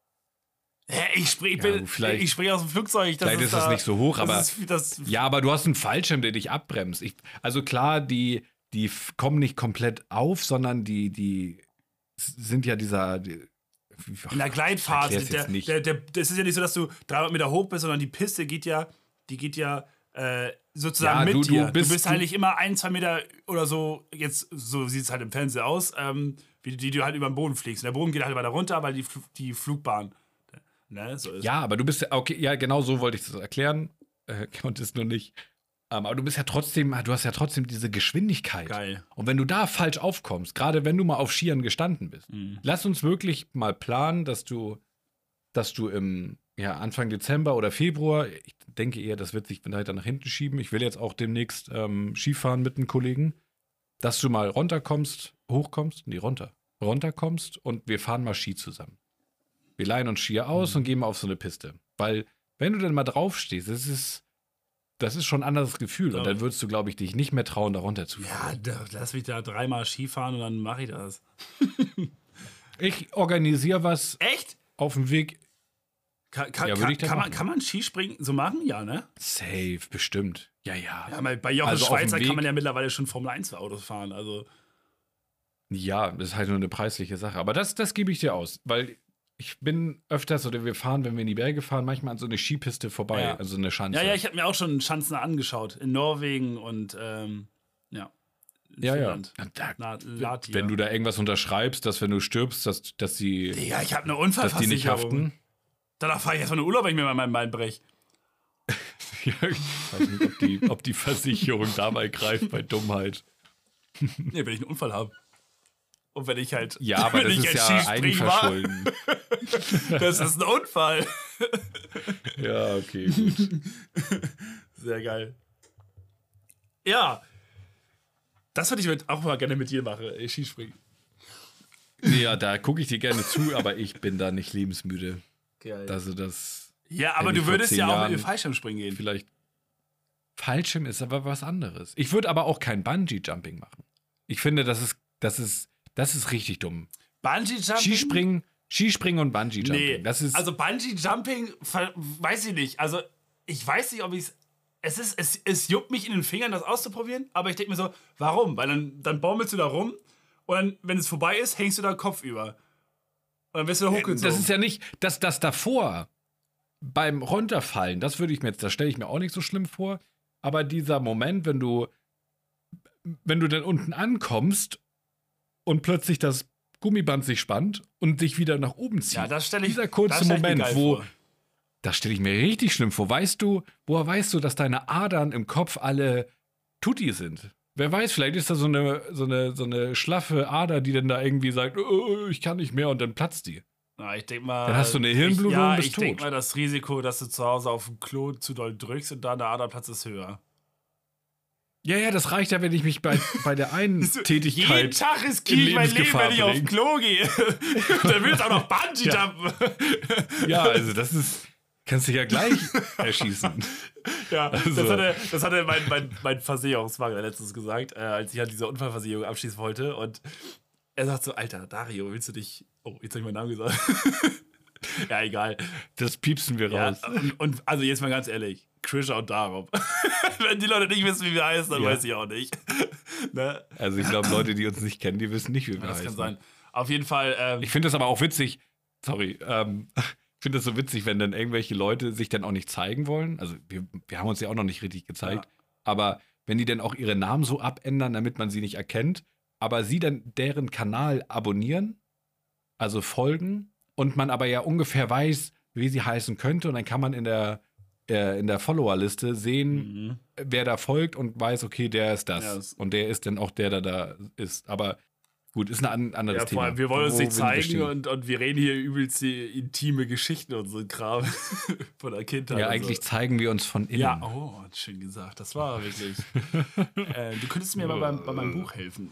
Ich spring aus dem Flugzeug. Vielleicht ist das nicht so hoch, aber ja, aber du hast einen Fallschirm, der dich abbremst. Also klar, die kommen nicht komplett auf, sondern die sind ja in der Gleitphase. erklär's jetzt nicht. Das ist ja nicht so, dass du 300 Meter hoch bist, sondern die Piste geht ja sozusagen Ja, mit du dir. Du bist- bist halt nicht immer 1-2 Meter oder so, jetzt so sieht es halt im Fernsehen aus, wie du halt über den Boden fliegst. Und der Boden geht halt weiter runter, weil die Flugbahn so ist. Ja, aber du bist okay, ja, genau so wollte ich das erklären. Konnte es nur nicht. Aber du hast ja trotzdem diese Geschwindigkeit. Geil. Und wenn du da falsch aufkommst, gerade wenn du mal auf Skiern gestanden bist, lass uns wirklich mal planen, dass du im Anfang Dezember oder Februar, ich denke eher, das wird sich weiter nach hinten schieben. Ich will jetzt auch demnächst Skifahren mit einem Kollegen, dass du mal runterkommst und wir fahren mal Ski zusammen. Wir leihen uns Skier aus und gehen mal auf so eine Piste. Weil, wenn du dann mal draufstehst, das ist schon ein anderes Gefühl. Und dann würdest du, glaube ich, dich nicht mehr trauen, da runter zu fahren. Ja, lass mich da 3-mal Skifahren und dann mache ich das. Ich organisiere was Echt? auf dem Weg. Würde ich das machen. Kann man Skispringen so machen? Ja, ne? Safe, bestimmt. Ja. Ja, bei Jochen Also auf dem Schweizer Weg- kann man ja mittlerweile schon Formel-1-Autos fahren. Also, Ja, das ist halt nur eine preisliche Sache. Aber das gebe ich dir aus. Weil ich bin öfters, oder wir fahren, wenn wir in die Berge fahren, manchmal an so eine Skipiste vorbei. Ja. Also eine Schanze. ja, ich habe mir auch schon Schanzen angeschaut. In Norwegen und, in Finnland. Latia. Wenn du da irgendwas unterschreibst, dass wenn du stirbst, dass die Digga, ich habe eine dass die Unfallversicherung. nicht haften. Danach fahre ich erstmal in den Urlaub, wenn ich mir mein Bein breche. Ja, ich weiß nicht, ob die Versicherung dabei greift bei Dummheit. Nee, wenn ich einen Unfall habe. Und wenn ich halt. Ja, aber wenn das ich ist halt ja Skispringen war, Eigenverschulden. das ist ein Unfall. Ja, okay, gut. Sehr geil. Ja. Das würde ich auch mal gerne mit dir machen, Skispringen. Ja, da gucke ich dir gerne zu, aber ich bin da nicht lebensmüde. Geil. Also das Ja, aber Wenn du ich vor würdest 10 ja auch mit Jahren dem Fallschirmspringen gehen. vielleicht Fallschirm ist aber was anderes. Ich würde aber auch kein Bungee-Jumping machen. Ich finde, das ist richtig dumm. Bungee-Jumping? Skispringen und Bungee-Jumping. Nee, Das ist, also Bungee-Jumping, weiß ich nicht. Also, ich weiß nicht, ob ich es juckt mich in den Fingern, das auszuprobieren, aber ich denke mir so, warum? Weil dann baumelst du da rum und dann, wenn es vorbei ist, hängst du da Kopf über. Und dann wirst du da hochgezogen. das ist ja nicht, das davor beim Runterfallen, das stelle ich mir auch nicht so schlimm vor, aber dieser Moment, wenn du dann unten ankommst und plötzlich das Gummiband sich spannt und dich wieder nach oben zieht. Ja, das stelle ich Dieser kurze das stell ich mir Moment, geil wo vor. das stelle ich mir richtig schlimm vor. Woher weißt du, dass deine Adern im Kopf alle Tutti sind? Wer weiß, vielleicht ist da so eine schlaffe Ader, die dann da irgendwie sagt, oh, ich kann nicht mehr und dann platzt die. Na, ich denk mal. Dann hast du eine Hirnblutung und bist ich denke tot. mal, das Risiko, dass du zu Hause auf dem Klo zu doll drückst und da der Aderplatz ist höher. Ja, das reicht ja, wenn ich mich bei der einen Jeden Tätigkeit Tag riskiere ich mein Leben, Lebensgefahr wenn ich auf bringen. Klo gehe. Dann willst du auch noch Bungee-Jumpen. Ja, also das ist, kannst du ja gleich erschießen. Ja, Also. das hatte mein Versicherungsmakler letztens gesagt, als ich halt diese Unfallversicherung abschließen wollte. Und er sagt so, Alter, Dario, willst du dich... Oh, jetzt habe ich meinen Namen gesagt. Ja, egal. Das piepsen wir Ja, raus. und also jetzt mal ganz ehrlich, Krischer und Darob. Wenn die Leute nicht wissen, wie wir heißen, dann Ja. weiß ich auch nicht. Ne? Also ich glaube, Leute, die uns nicht kennen, die wissen nicht, wie wir Das heißen. kann sein. Auf jeden Fall, Ich finde das aber auch witzig, sorry, ich finde das so witzig, wenn dann irgendwelche Leute sich dann auch nicht zeigen wollen. Also wir haben uns ja auch noch nicht richtig gezeigt. Ja. Aber wenn die dann auch ihre Namen so abändern, damit man sie nicht erkennt, aber sie dann deren Kanal abonnieren, also folgen, und man aber ja ungefähr weiß, wie sie heißen könnte, und dann kann man in der Follower-Liste sehen, wer da folgt und weiß, okay, der ist das. Ja, und der ist dann auch der, der da ist. Aber gut, ist ein anderes ja, Thema. vor allem, wir wollen uns Wo nicht sind wir zeigen stehen? und wir reden hier übelst die intime Geschichten und so ein Kram von der Kindheit. Ja, und eigentlich so. zeigen wir uns von innen. Ja, oh, schön gesagt. Das war wirklich. Du könntest mir mal bei meinem Buch helfen.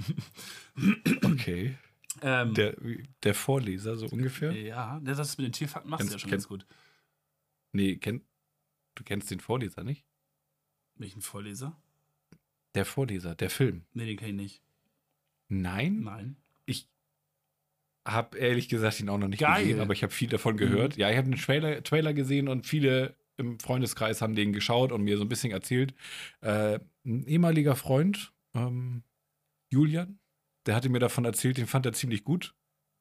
Okay. Ähm, Der Vorleser, so ungefähr? ja, das mit den Tierfakten machst du ja schon ganz gut. Nee, du kennst den Vorleser nicht? Welchen Vorleser? Der Vorleser, der Film. Nee, den kenn ich nicht. Nein? Nein. Ich habe ehrlich gesagt ihn auch noch nicht Geil. gesehen, aber ich habe viel davon gehört. Ja, ich habe einen Trailer gesehen und viele im Freundeskreis haben den geschaut und mir so ein bisschen erzählt. Ein ehemaliger Freund Julian. Der hatte mir davon erzählt, den fand er ziemlich gut.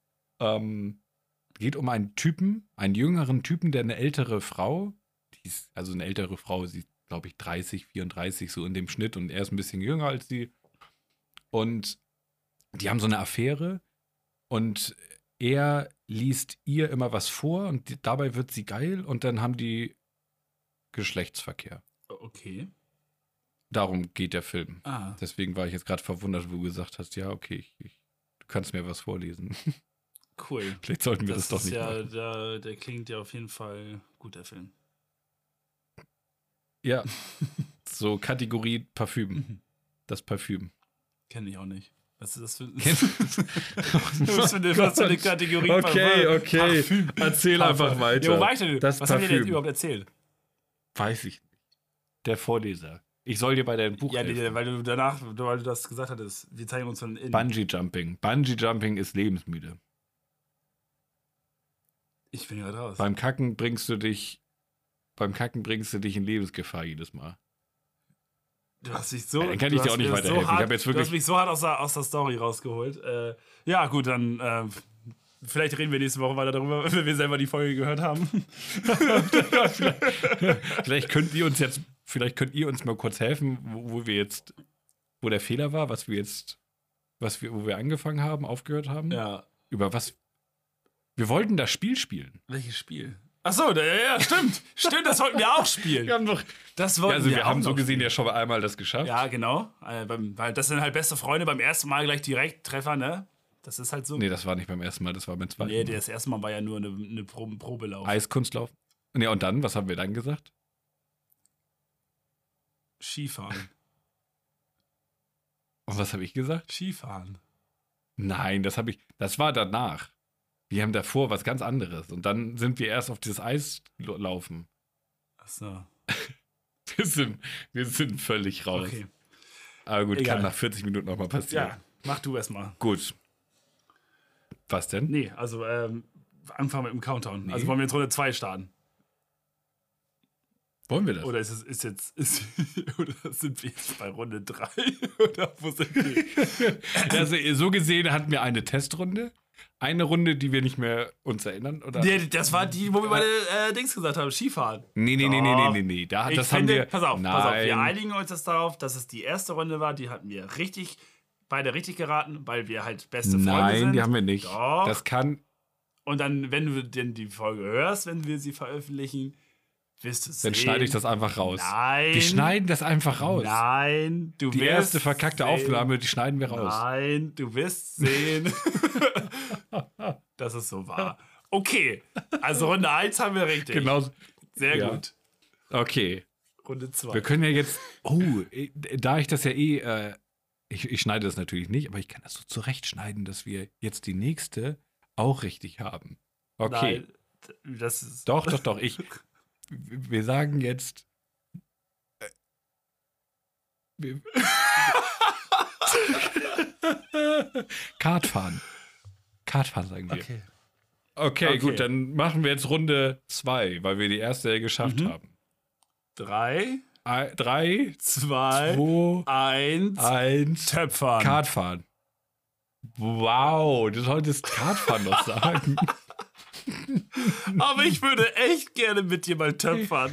Geht um einen Typen, einen jüngeren Typen, der eine ältere Frau, sie ist, glaube ich, 30, 34, so in dem Schnitt und er ist ein bisschen jünger als sie. Und die haben so eine Affäre und er liest ihr immer was vor und dabei wird sie geil und dann haben die Geschlechtsverkehr. Okay. Darum geht der Film. Ah. Deswegen war ich jetzt gerade verwundert, wo du gesagt hast, ja, okay, du kannst mir was vorlesen. Cool. Vielleicht sollten wir das doch nicht machen. Der klingt ja auf jeden Fall gut, der Film. Ja, so Kategorie Parfüm. Das Parfüm. Kenne ich auch nicht. Was ist das für, was für eine Kategorie? Okay. Parfüm. Erzähl einfach weiter. Jo, weiter. Das was haben wir Parfüm. denn überhaupt erzählt? Weiß ich nicht. Der Vorleser. Ich soll dir bei deinem Buch Ja, helfen. weil du das gesagt hattest. Wir zeigen uns von innen. Bungee Jumping. Bungee Jumping ist lebensmüde. Ich bin gerade raus. Beim Kacken bringst du dich in Lebensgefahr jedes Mal. Du hast mich so. Dann kann ich dir auch nicht weiterhelfen. Du hast mich so hart aus der Story rausgeholt. Ja, gut, dann. Vielleicht reden wir nächste Woche weiter darüber, wenn wir selber die Folge gehört haben. Vielleicht könnt ihr uns mal kurz helfen, wo der Fehler war, wo wir angefangen haben, aufgehört haben. Ja. Über was? Wir wollten das Spiel spielen. Welches Spiel? Achso, ja, stimmt. Stimmt, das wollten wir auch spielen. Wir haben doch. Wir haben so gesehen ja schon einmal das geschafft. Ja, genau. Weil das sind halt beste Freunde beim ersten Mal gleich direkt Treffer, ne? Das ist halt so. Nee, das war nicht beim ersten Mal, das war beim zweiten Mal. Nee, das erste Mal war ja nur eine Probelauf. Eiskunstlauf. Nee, und dann, was haben wir dann gesagt? Skifahren. Und was habe ich gesagt? Skifahren. Nein, das war danach. Wir haben davor was ganz anderes. Und dann sind wir erst auf dieses Eis laufen. Achso. Wir sind völlig raus. Okay. Aber gut, Egal. kann nach 40 Minuten nochmal passieren. Ja, mach du erstmal. Gut. Was denn? Nee, also anfangen mit dem Countdown. Nee. Also wollen wir jetzt Runde 2 starten? Wollen wir das? Oder oder sind wir jetzt bei Runde 3? Oder wo sind wir? Also, so gesehen hatten wir eine Testrunde. Eine Runde, die wir nicht mehr uns erinnern, oder? Nee, das war die, wo wir beide Dings gesagt haben, Skifahren. Nee. Das haben wir. Pass auf, Nein. wir einigen uns das darauf, dass es die erste Runde war, die hatten wir beide richtig geraten, weil wir halt beste Freunde sind. Nein, die haben wir nicht. Doch. Das kann. Und dann, wenn du denn die Folge hörst, wenn wir sie veröffentlichen, wirst du sehen. Dann schneide ich das einfach raus. Nein. Wir schneiden das einfach raus. Nein, du wirst Die erste verkackte sehen. Aufnahme, die schneiden wir raus. Nein, du wirst sehen, dass es so war. Okay, also Runde 1 haben wir richtig. Genau. Sehr Ja. gut. Okay. Runde 2. Wir können ja jetzt. Da ich das ja ich schneide das natürlich nicht, aber ich kann das so zurechtschneiden, dass wir jetzt die nächste auch richtig haben. Okay. Nein, das ist. Doch. Wir sagen jetzt. Kartfahren. Kartfahren sagen wir. Okay, gut, dann machen wir jetzt Runde 2, weil wir die erste ja geschafft haben. 3, 3, 2, 1. Töpfern. Kartfahren. Wow, du solltest Kartfahren noch sagen. Aber ich würde echt gerne mit dir mal töpfern.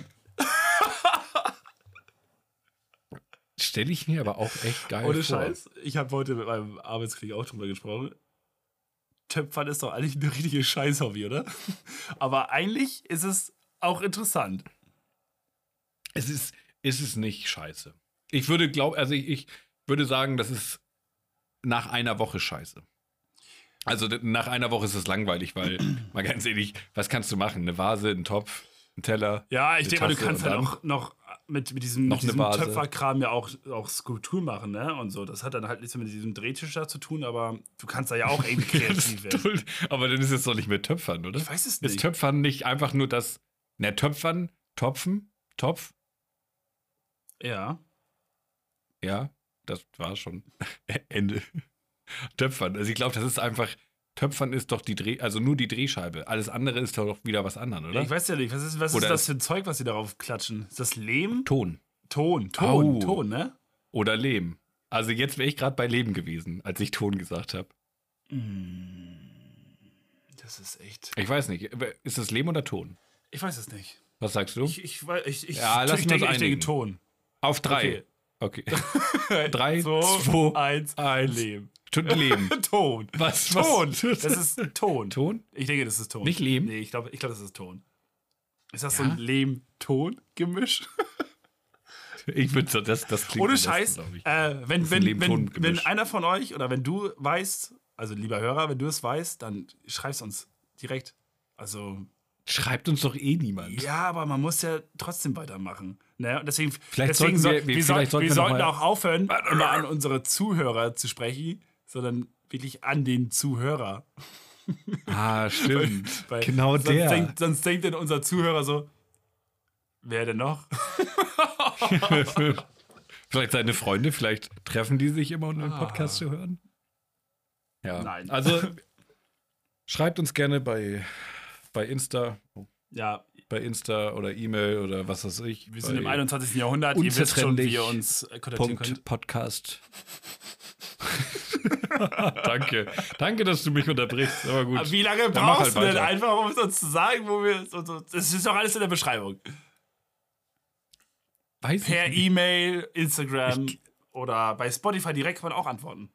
Stelle ich mir aber auch echt geil Ohne vor. Scheiß. Ich habe heute mit meinem Arbeitskollegen auch drüber gesprochen. Töpfern ist doch eigentlich ein richtiges Scheiß-Hobby, oder? Aber eigentlich ist es auch interessant. Es ist nicht scheiße. Ich würde ich würde sagen, das ist nach einer Woche scheiße. Also nach einer Woche ist es langweilig, weil, mal ganz ehrlich, was kannst du machen? Eine Vase, ein Topf, ein Teller. Ja, ich denke mal, du Tasse kannst und halt dann auch noch mit diesem Vase. Töpferkram ja auch Skulptur machen, ne? Und so. Das hat dann halt nichts mit diesem Drehtisch da zu tun, aber du kannst da ja auch irgendwie kreativ werden. Aber dann ist es doch nicht mehr Töpfern, oder? Ich weiß es nicht. Ist Töpfern nicht einfach nur das. Ne, Töpfern, Topfen, Topf? Ja. Ja, das war schon Ende. Töpfern. Also ich glaube, das ist einfach. Töpfern ist doch nur die Drehscheibe. Alles andere ist doch wieder was anderes, oder? Ich weiß ja nicht, was ist das für ein Zeug, was sie darauf klatschen? Ist das Lehm? Ton. Ton, Au. ne? Oder Lehm. Also jetzt wäre ich gerade bei Leben gewesen, als ich Ton gesagt habe. Das ist echt. Ich weiß nicht, ist das Leben oder Ton? Ich weiß es nicht. Was sagst du? Ja, lass uns ich denke Ton. Auf 3. Okay. 3, 2, 1, 1, Leben. Leben. Ton. Was? Ton. Das ist Ton. Ton? Ich denke, das ist Ton. Nicht Lehm? Nee, ich glaube, das ist Ton. Ist das Ja? so ein Lehm-Ton-Gemisch? Ich würde so, das klingt Ohne am besten, Scheiß, glaub ich. wenn einer von euch oder wenn du weißt, also lieber Hörer, wenn du es weißt, dann schreib's uns direkt. Also Schreibt uns doch eh niemand. ja, aber man muss ja trotzdem weitermachen. Ne? Und deswegen Sollten wir sollten auch aufhören, immer an unsere Zuhörer zu sprechen, sondern wirklich an den Zuhörer. Ah, stimmt. Weil genau der. Sonst denkt denn unser Zuhörer so, wer denn noch? Vielleicht seine Freunde, vielleicht treffen die sich immer, um den Podcast zu hören. Ja. Nein. Also schreibt uns gerne bei Insta. Ja. Bei Insta oder E-Mail oder was weiß ich. Wir sind im 21. Jahrhundert. Ihr wisst schon, wie ihr uns kontaktieren könnt. Podcast. Danke, dass du mich unterbrichst. Aber gut. Aber wie lange brauchst du denn einfach, um es uns zu sagen, wo wir das ist doch alles in der Beschreibung. Per E-Mail, Instagram oder bei Spotify direkt kann man auch antworten.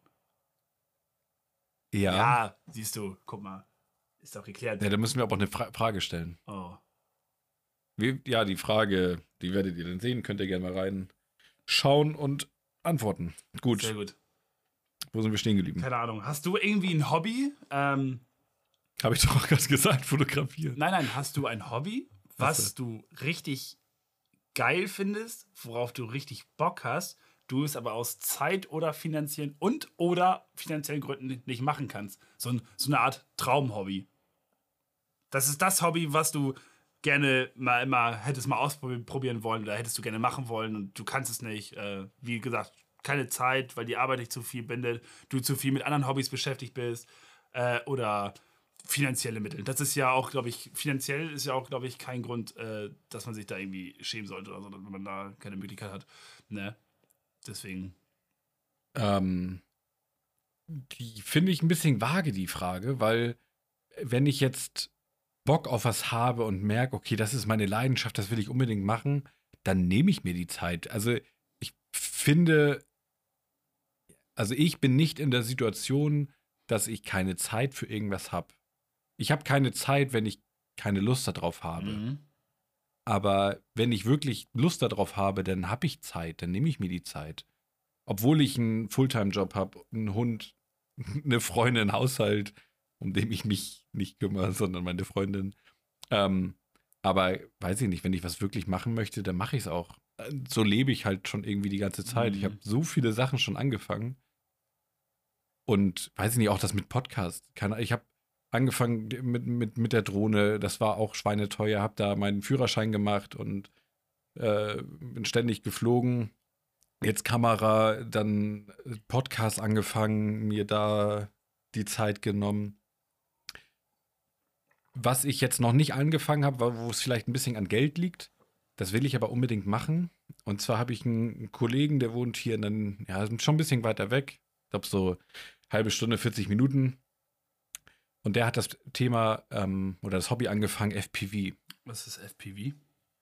Ja. Ja, siehst du, guck mal. Ist doch geklärt. Ja, da müssen wir aber auch eine Frage stellen. Oh. Die Frage, die werdet ihr dann sehen. Könnt ihr gerne mal reinschauen und antworten. Gut. Sehr gut. Wo sind wir stehen geblieben? Keine Ahnung. Hast du irgendwie ein Hobby? Habe ich doch auch gerade gesagt, fotografieren. Nein. Hast du ein Hobby, was du richtig geil findest, worauf du richtig Bock hast, du es aber aus Zeit- oder finanziellen Gründen nicht machen kannst? So eine Art Traumhobby. Das ist das Hobby, was du gerne hättest mal ausprobieren wollen oder hättest du gerne machen wollen und du kannst es nicht. Wie gesagt, keine Zeit, weil die Arbeit dich zu viel bindet, du zu viel mit anderen Hobbys beschäftigt bist oder finanzielle Mittel. Das ist ja auch, glaube ich, kein Grund, dass man sich da irgendwie schämen sollte oder so, wenn man da keine Möglichkeit hat. Ne? Deswegen. Die finde ich ein bisschen vage, die Frage, weil wenn ich jetzt Bock auf was habe und merke, okay, das ist meine Leidenschaft, das will ich unbedingt machen, dann nehme ich mir die Zeit. Also ich finde, ich bin nicht in der Situation, dass ich keine Zeit für irgendwas habe. Ich habe keine Zeit, wenn ich keine Lust darauf habe. Mhm. Aber wenn ich wirklich Lust darauf habe, dann habe ich Zeit, dann nehme ich mir die Zeit. Obwohl ich einen Fulltime-Job habe, einen Hund, eine Freundin, einen Haushalt, um den ich mich nicht kümmere, sondern meine Freundin. Aber weiß ich nicht, wenn ich was wirklich machen möchte, dann mache ich es auch. So lebe ich halt schon irgendwie die ganze Zeit. Ich habe so viele Sachen schon angefangen. Und weiß ich nicht, auch das mit Podcast. Ich habe angefangen mit der Drohne, das war auch schweineteuer, habe da meinen Führerschein gemacht und bin ständig geflogen. Jetzt Kamera, dann Podcast angefangen, mir da die Zeit genommen. Was ich jetzt noch nicht angefangen habe, wo es vielleicht ein bisschen an Geld liegt, das will ich aber unbedingt machen. Und zwar habe ich einen Kollegen, der wohnt hier schon ein bisschen weiter weg. Ich glaube so halbe Stunde, 40 Minuten. Und der hat das Thema oder das Hobby angefangen, FPV. Was ist FPV?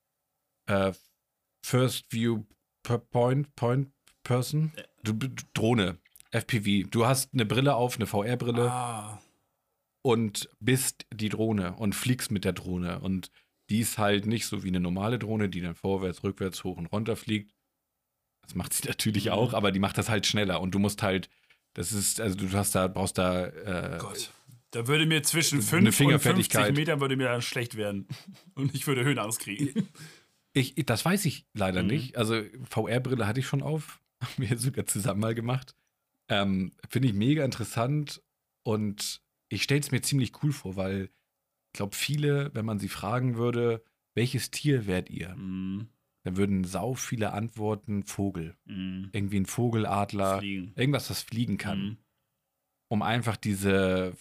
First View Point Person. Drohne. FPV. Du hast eine Brille auf, eine VR-Brille. Und bist die Drohne und fliegst mit der Drohne. Und die ist halt nicht so wie eine normale Drohne, die dann vorwärts, rückwärts, hoch und runter fliegt. Das macht sie natürlich auch, aber die macht das halt schneller. Und du musst halt, brauchst da Gott. Da würde mir zwischen 5 und 50 Metern würde mir dann schlecht werden. Und ich würde Höhenangst kriegen. Das weiß ich leider nicht. Also VR-Brille hatte ich schon auf. Haben wir sogar zusammen mal gemacht. Finde ich mega interessant. Und ich stelle es mir ziemlich cool vor, weil ich glaube, viele, wenn man sie fragen würde, welches Tier wärt ihr? Dann würden sau viele antworten, Vogel. Irgendwie ein Vogel, Adler, irgendwas, was fliegen kann. Um einfach diese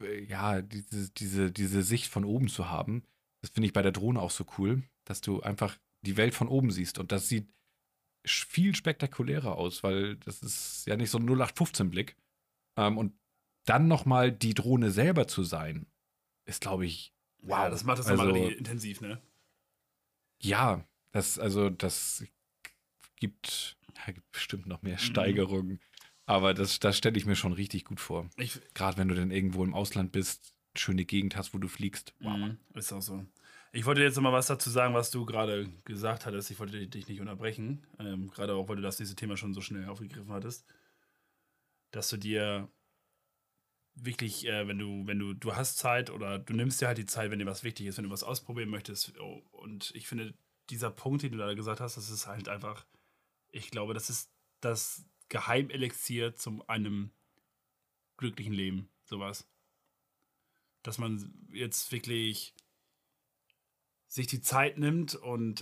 Sicht von oben zu haben. Das finde ich bei der Drohne auch so cool, dass du einfach die Welt von oben siehst. Und das sieht viel spektakulärer aus, weil das ist ja nicht so ein 0815-Blick. Und dann nochmal die Drohne selber zu sein, ist, glaube ich, wow. Ja, das macht das nochmal richtig intensiv, ne? Ja, das gibt bestimmt noch mehr Steigerungen. Aber das stelle ich mir schon richtig gut vor. Gerade wenn du dann irgendwo im Ausland bist, schöne Gegend hast, wo du fliegst. Wow. Ist auch so. Ich wollte jetzt noch mal was dazu sagen, was du gerade gesagt hattest. Ich wollte dich nicht unterbrechen. Gerade auch, weil du dieses Thema schon so schnell aufgegriffen hattest. Dass du dir wirklich, wenn du hast Zeit oder du nimmst dir halt die Zeit, wenn dir was wichtig ist, wenn du was ausprobieren möchtest. Und ich finde, dieser Punkt, den du da gesagt hast, das ist halt einfach, ich glaube, das ist das Geheimelixier zu einem glücklichen Leben. Sowas. Dass man jetzt wirklich sich die Zeit nimmt und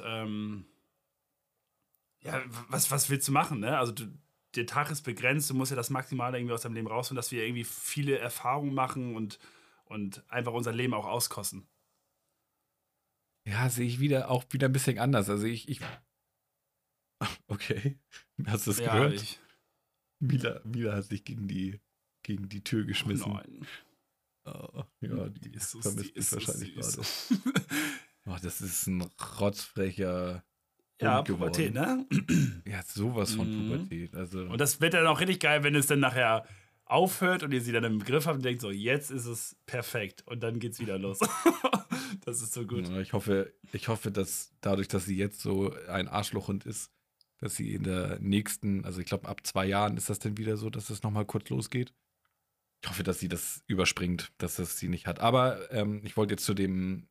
ja, was willst du machen, ne? Also der Tag ist begrenzt, du musst ja das Maximale irgendwie aus deinem Leben rausholen, dass wir irgendwie viele Erfahrungen machen und einfach unser Leben auch auskosten. Ja, sehe ich auch wieder ein bisschen anders. Also ich okay. Hast du es gehört? Mila hat sich gegen die Tür geschmissen. Oh nein. Oh, ja, die vermisst mich wahrscheinlich gerade. Oh, das ist ein rotzfrecher Hund Pubertät, ne? Ja, sowas von Pubertät. Also. Und das wird dann auch richtig geil, wenn es dann nachher aufhört und ihr sie dann im Griff habt und denkt so, jetzt ist es perfekt. Und dann geht's wieder los. Das ist so gut. Ja, ich hoffe, dass dadurch, dass sie jetzt so ein Arschlochhund ist, dass sie in der nächsten, also ich glaube ab 2 Jahren ist das dann wieder so, dass es nochmal kurz losgeht. Ich hoffe, dass sie das überspringt, dass das sie nicht hat. Aber ich wollte jetzt zu dem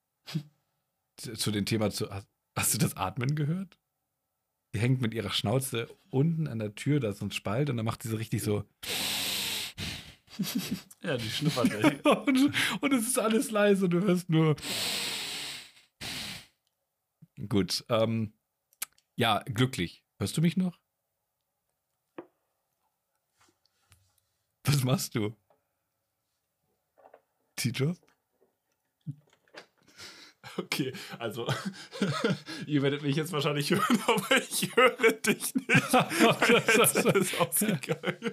Thema, hast du das Atmen gehört? Die hängt mit ihrer Schnauze unten an der Tür, da ist so ein Spalt und dann macht sie so richtig so. Ja, die schnuppert. Ey. und es ist alles leise und du hörst nur. Gut, ja, glücklich. Hörst du mich noch? Was machst du? Tito? Okay, also ihr werdet mich jetzt wahrscheinlich hören, aber ich höre dich nicht. Das ist ausgegangen.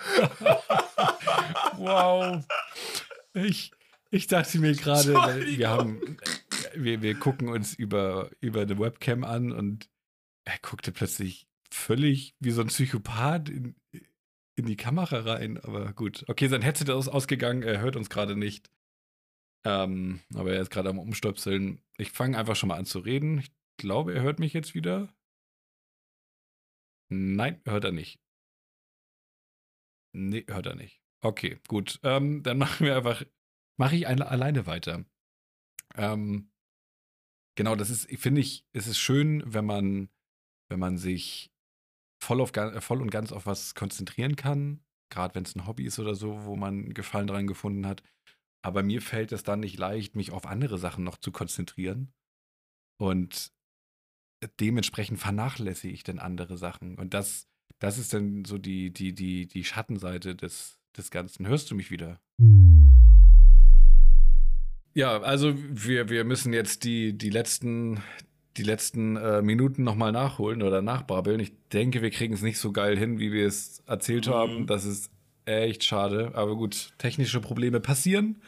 Wow. Ich dachte mir gerade, wir gucken uns über eine Webcam an und er guckte plötzlich völlig wie so ein Psychopath in die Kamera rein. Aber gut. Okay, sein Headset ist ausgegangen, er hört uns gerade nicht. Aber er ist gerade am Umstöpseln. Ich fange einfach schon mal an zu reden. Ich glaube, er hört mich jetzt wieder. Nein, hört er nicht. Nee, hört er nicht. Okay, gut. Dann mache ich alleine weiter. Genau, finde ich, es ist schön, wenn man sich voll und ganz auf was konzentrieren kann. Gerade wenn es ein Hobby ist oder so, wo man Gefallen dran gefunden hat. Aber mir fällt es dann nicht leicht, mich auf andere Sachen noch zu konzentrieren. Und dementsprechend vernachlässige ich dann andere Sachen. Und das ist dann so die Schattenseite des Ganzen. Hörst du mich wieder? Ja, also wir müssen jetzt die letzten Minuten nochmal nachholen oder nachbrabbeln. Ich denke, wir kriegen es nicht so geil hin, wie wir es erzählt haben. Das ist echt schade. Aber gut, technische Probleme passieren.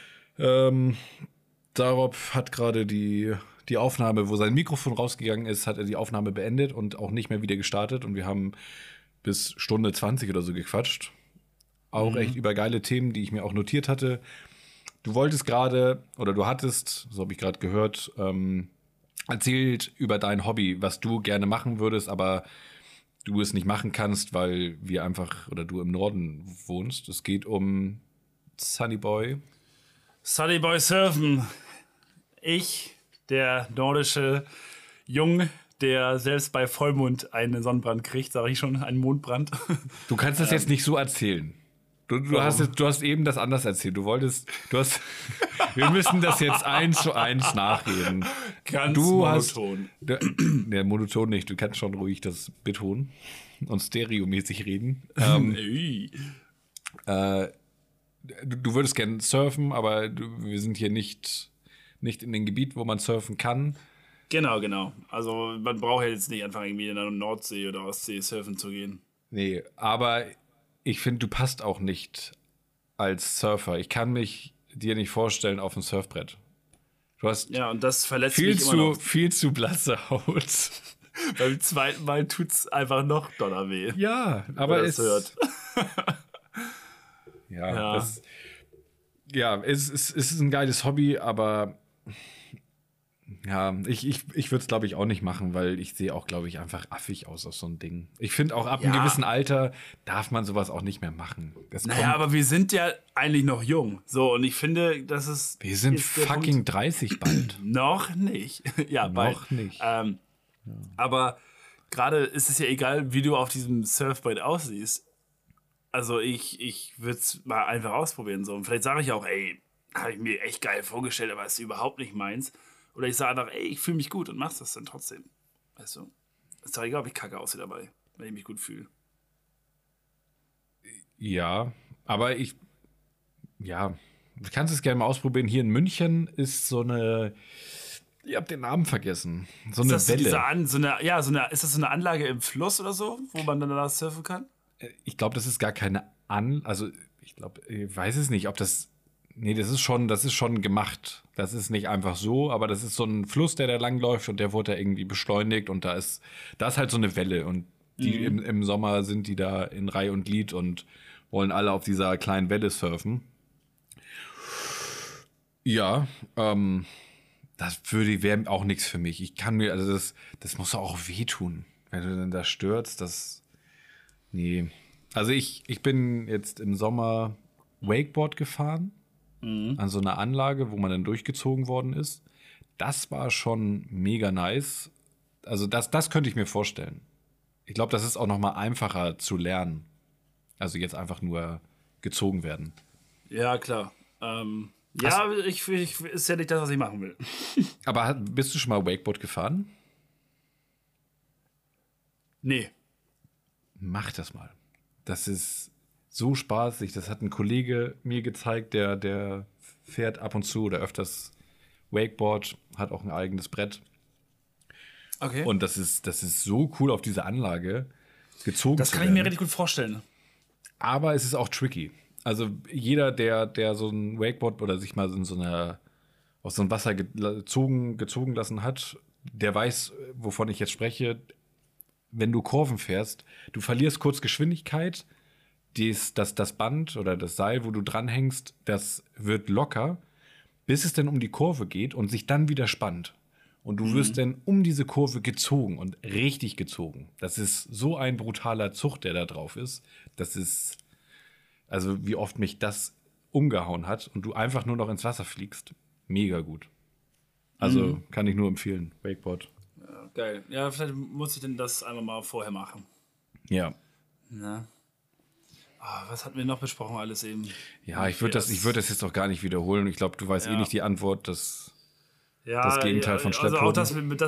Darauf hat gerade die Aufnahme, wo sein Mikrofon rausgegangen ist, hat er die Aufnahme beendet und auch nicht mehr wieder gestartet. Und wir haben bis Stunde 20 oder so gequatscht. Auch echt über geile Themen, die ich mir auch notiert hatte. Du wolltest gerade, oder du hattest, so habe ich gerade gehört, erzählt über dein Hobby, was du gerne machen würdest, aber du es nicht machen kannst, weil wir einfach, oder du im Norden wohnst. Es geht um Sunnyboy. Sunnyboy Surfen. Ich, der nordische Jung, der selbst bei Vollmond einen Sonnenbrand kriegt, sage ich schon, einen Mondbrand. Du kannst das jetzt nicht so erzählen. Du hast eben das anders erzählt. Wir müssen das jetzt 1:1 nachreden. Ganz monoton. Der monoton nicht. Du kannst schon ruhig das betonen und stereomäßig reden. Du würdest gerne surfen, aber wir sind hier nicht in dem Gebiet, wo man surfen kann. Genau. Also man braucht ja jetzt nicht einfach irgendwie in der Nordsee oder Ostsee surfen zu gehen. Nee, aber ich finde, du passt auch nicht als Surfer. Ich kann mich dir nicht vorstellen auf dem Surfbrett. Du hast Ja, und das verletzt mich immer noch. viel zu blasse Haut. Beim zweiten Mal tut's einfach noch doller weh. Ja, wenn aber man es das hört. Ja. Es ist ein geiles Hobby, aber ja, ich würde es, glaube ich, auch nicht machen, weil ich sehe auch, glaube ich, einfach affig aus auf so ein Ding. Ich finde auch, ab einem Ja. gewissen Alter darf man sowas auch nicht mehr machen. Naja, aber wir sind ja eigentlich noch jung. So, und ich finde, das ist. Wir sind jetzt der fucking Punkt. 30 bald. Noch nicht. Ja, bald. Noch nicht. Aber gerade ist es ja egal, wie du auf diesem Surfbrett aussiehst. Also ich würde es mal einfach ausprobieren. So. Und vielleicht sage ich auch, ey, habe ich mir echt geil vorgestellt, aber ist überhaupt nicht meins. Oder ich sage einfach, ey, ich fühle mich gut und mach's das dann trotzdem. Weißt du? Ist doch egal, ob ich kacke aussehe dabei, wenn ich mich gut fühle. Ja, aber du kannst es gerne mal ausprobieren. Hier in München ist so eine, ich habe den Namen vergessen, so eine Ist das Welle. ist das so eine Anlage im Fluss oder so, wo man dann da surfen kann? Ich glaube, das ist gar keine also ich weiß es nicht, ob das, nee, das ist schon gemacht. Das ist nicht einfach so, aber das ist so ein Fluss, der da langläuft und der wurde da irgendwie beschleunigt und da ist halt so eine Welle und die im Sommer sind die da in Reih und Glied und wollen alle auf dieser kleinen Welle surfen. Ja, das wäre auch nichts für mich. Ich kann mir, also das muss auch wehtun, wenn du dann da stürzt, nee. Also ich bin jetzt im Sommer Wakeboard gefahren, an so einer Anlage, wo man dann durchgezogen worden ist. Das war schon mega nice. Also das könnte ich mir vorstellen. Ich glaube, das ist auch noch mal einfacher zu lernen. Also jetzt einfach nur gezogen werden. Ja, klar. Ja, ich ist ja nicht das, was ich machen will. Aber bist du schon mal Wakeboard gefahren? Nee. Mach das mal. Das ist so spaßig. Das hat ein Kollege mir gezeigt, der fährt ab und zu oder öfters Wakeboard, hat auch ein eigenes Brett. Okay. Und das ist so cool, auf diese Anlage gezogen das zu kann ich mir werden. richtig gut vorstellen. Aber es ist auch tricky. Also jeder, der so ein Wakeboard oder sich mal aus so einem Wasser gezogen lassen hat, der weiß, wovon ich jetzt spreche. Wenn du Kurven fährst, du verlierst kurz Geschwindigkeit, das Band oder das Seil, wo du dranhängst, das wird locker, bis es dann um die Kurve geht und sich dann wieder spannt. Und du wirst dann um diese Kurve gezogen und richtig gezogen. Das ist so ein brutaler Zug, der da drauf ist. Das ist, also wie oft mich das umgehauen hat und du einfach nur noch ins Wasser fliegst. Mega gut. Also kann ich nur empfehlen, Wakeboard. Ja, geil. Ja, vielleicht muss ich denn das einmal mal vorher machen. Ja. Na? Was hatten wir noch besprochen alles eben? Ja, ich würd das jetzt auch gar nicht wiederholen. Ich glaube, du weißt eh nicht die Antwort. Das Gegenteil von Schlepphoden. Also auch das mit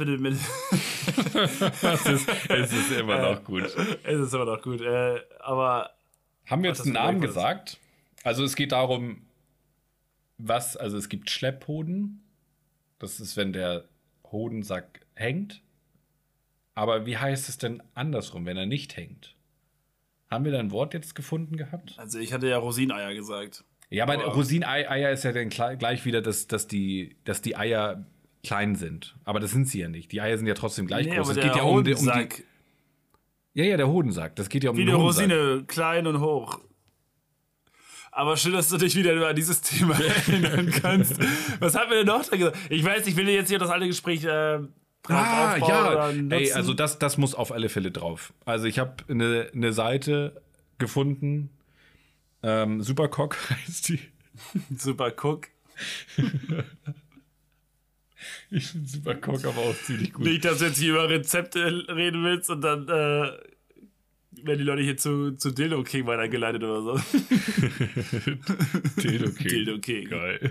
es ist immer noch gut. Es ist immer noch gut. Aber haben wir jetzt einen Namen gesagt? Also es geht darum, also es gibt Schlepphoden. Das ist, wenn der Hodensack hängt. Aber wie heißt es denn andersrum, wenn er nicht hängt? Haben wir da ein Wort jetzt gefunden gehabt? Also ich hatte ja Rosineier gesagt. Ja, aber Rosineier ist ja dann gleich wieder, dass die Eier klein sind. Aber das sind sie ja nicht. Die Eier sind ja trotzdem gleich groß. Aber Es der geht ja Hodensack. Ja, der Hodensack. Das geht ja um Wie den eine Hodensack. Rosine, klein und hoch. Aber schön, dass du dich wieder über dieses Thema erinnern kannst. Was haben wir denn noch da gesagt? Ich weiß, ich will jetzt hier das alte Gespräch drauf aufbauen oder nutzen. Ey, also das muss auf alle Fälle drauf. Also ich habe eine Seite gefunden. Supercock heißt die. Super Cook. Ich finde Supercock aber auch ziemlich gut. Nicht, dass du jetzt hier über Rezepte reden willst und dann werden die Leute hier zu Dildo King weitergeleitet oder so. Dildo King. Dildo King. Geil.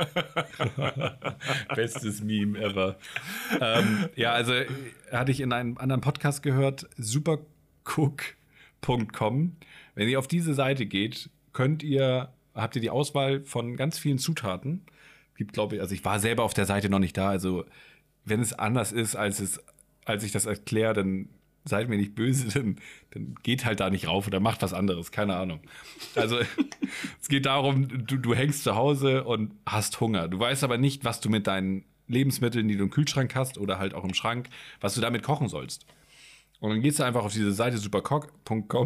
Bestes Meme ever. Ja, also hatte ich in einem anderen Podcast gehört, supercook.com. Wenn ihr auf diese Seite geht, habt ihr die Auswahl von ganz vielen Zutaten. Gibt, glaube ich, also ich war selber auf der Seite noch nicht da, also wenn es anders ist, als ich das erkläre, dann seid mir nicht böse, dann geht halt da nicht rauf oder macht was anderes, keine Ahnung. Also es geht darum, du hängst zu Hause und hast Hunger. Du weißt aber nicht, was du mit deinen Lebensmitteln, die du im Kühlschrank hast oder halt auch im Schrank, was du damit kochen sollst. Und dann gehst du einfach auf diese Seite supercook.com.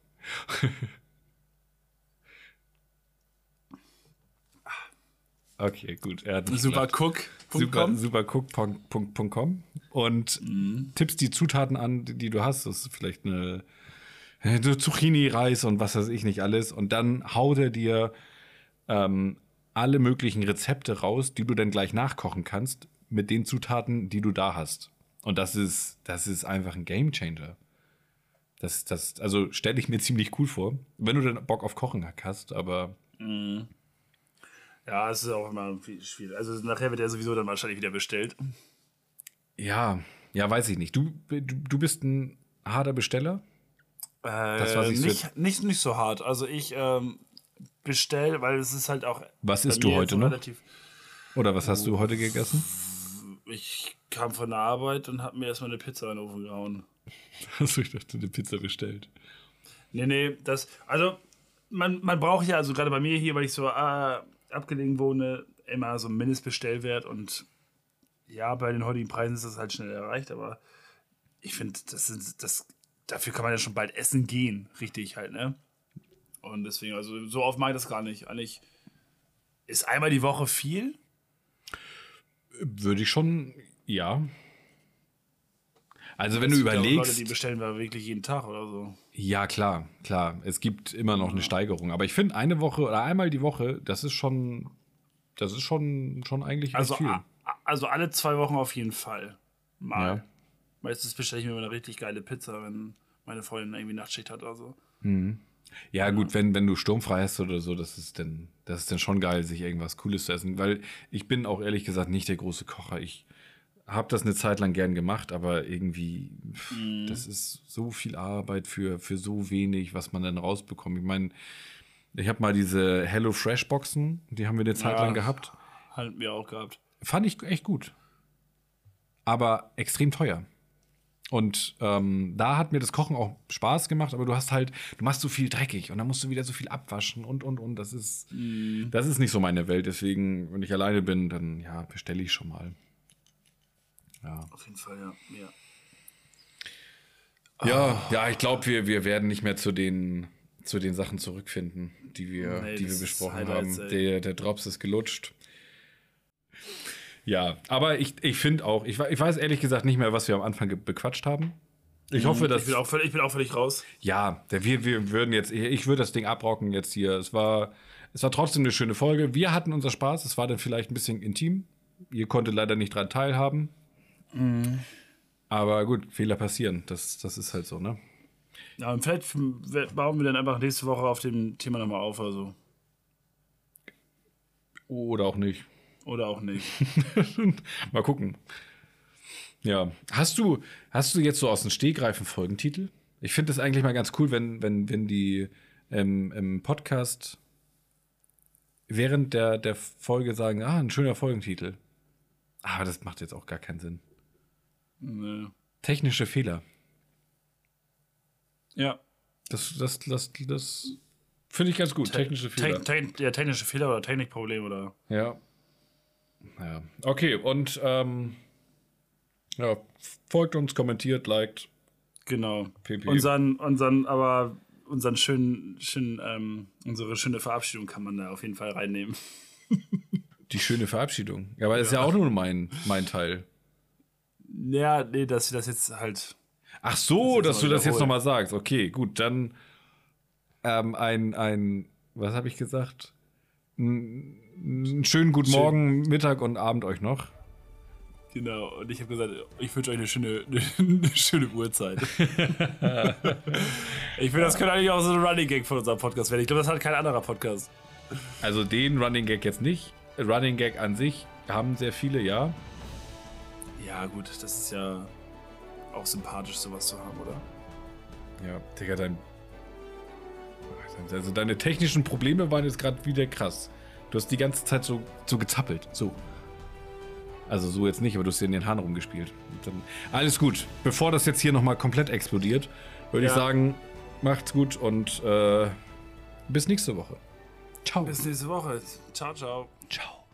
Okay, gut. Supercook.com und tippst die Zutaten an, die du hast. Das ist vielleicht eine Zucchini, Reis und was weiß ich nicht alles. Und dann haut er dir alle möglichen Rezepte raus, die du dann gleich nachkochen kannst mit den Zutaten, die du da hast. Und das ist einfach ein Gamechanger. Also stelle ich mir ziemlich cool vor, wenn du dann Bock auf Kochen hast, aber ja, es ist auch immer schwierig. Also nachher wird er sowieso dann wahrscheinlich wieder bestellt. Ja, weiß ich nicht. Du bist ein harter Besteller? Nicht so hart. Also ich bestelle, weil es ist halt auch. Was isst du heute noch? Oder was hast du heute gegessen? Ich kam von der Arbeit und habe mir erstmal eine Pizza in den Ofen gehauen. Achso, ich dachte, eine Pizza bestellt. Nee, also man braucht ja, also gerade bei mir hier, weil ich so abgelegen wohne, immer so einen Mindestbestellwert und ja, bei den heutigen Preisen ist das halt schnell erreicht, aber ich finde, dafür kann man ja schon bald essen gehen, richtig halt, ne? Und deswegen, also so oft mache ich das gar nicht. Eigentlich ist einmal die Woche viel? Würde ich schon, ja. Also wenn Es du gibt ja auch überlegst... Leute, die bestellen wir wirklich jeden Tag oder so. Ja, klar. Es gibt immer noch eine Steigerung. Aber ich finde, eine Woche oder einmal die Woche, das ist schon eigentlich Also, recht viel. Also alle 2 Wochen auf jeden Fall. Mal. Ja. Meistens bestelle ich mir eine richtig geile Pizza, wenn meine Freundin irgendwie Nachtschicht hat oder so. Ja, gut, wenn du sturmfrei hast oder so, das ist dann schon geil, sich irgendwas Cooles zu essen. Weil ich bin auch ehrlich gesagt nicht der große Kocher. Ich habe das eine Zeit lang gern gemacht, aber irgendwie, das ist so viel Arbeit für so wenig, was man dann rausbekommt. Ich meine, ich habe mal diese HelloFresh-Boxen, die haben wir eine Zeit lang gehabt. Hatten wir auch gehabt. Fand ich echt gut. Aber extrem teuer. Und da hat mir das Kochen auch Spaß gemacht, aber du machst so viel dreckig und dann musst du wieder so viel abwaschen und. Das ist nicht so meine Welt. Deswegen, wenn ich alleine bin, dann ja, bestelle ich schon mal. Ja. Auf jeden Fall, ja. Ja, ich glaube, wir werden nicht mehr zu den Sachen zurückfinden, die wir besprochen haben. Der Drops ist gelutscht. Ja, aber ich finde auch, ich weiß ehrlich gesagt nicht mehr, was wir am Anfang bequatscht haben. Ich hoffe, dass... Ich bin auch völlig raus. Ja, wir würden jetzt... Ich würde das Ding abrocken jetzt hier. Es war trotzdem eine schöne Folge. Wir hatten unser Spaß. Es war dann vielleicht ein bisschen intim. Ihr konntet leider nicht dran teilhaben. Aber gut, Fehler passieren. Das ist halt so, ne? Ja, und vielleicht bauen wir dann einfach nächste Woche auf dem Thema nochmal auf, also. Oder auch nicht. Mal gucken. Ja. Hast du jetzt so aus dem Stegreif einen Folgentitel? Ich finde das eigentlich mal ganz cool, wenn die im Podcast während der Folge sagen, ein schöner Folgentitel. Aber das macht jetzt auch gar keinen Sinn. Nee. Technische Fehler. Ja. Das finde ich ganz gut. Technische Fehler. Technische Fehler oder Technikproblem oder. Ja. Okay, und folgt uns, kommentiert, liked. Genau. PP. Unsere schöne Verabschiedung kann man da auf jeden Fall reinnehmen. Die schöne Verabschiedung. Ja, aber das ist ja auch nur mein Teil. Ja, nee, dass wir das jetzt halt. Ach so, dass du das jetzt nochmal sagst. Okay, gut, dann was habe ich gesagt? Einen schönen guten Morgen, Mittag und Abend euch noch. Genau, und ich habe gesagt, ich wünsche euch eine schöne Uhrzeit. Ich finde, das könnte eigentlich auch so ein Running Gag von unserem Podcast werden. Ich glaube, das hat kein anderer Podcast. Also den Running Gag jetzt nicht. Running Gag an sich haben sehr viele, ja. Ja, gut, das ist ja auch sympathisch, sowas zu haben, oder? Ja, Digga, deine technischen Probleme waren jetzt gerade wieder krass. Du hast die ganze Zeit so gezappelt. So. Also so jetzt nicht, aber du hast dir in den Haaren rumgespielt. Und dann, alles gut. Bevor das jetzt hier nochmal komplett explodiert, würde ich sagen, macht's gut und bis nächste Woche. Ciao. Bis nächste Woche. Ciao, ciao. Ciao.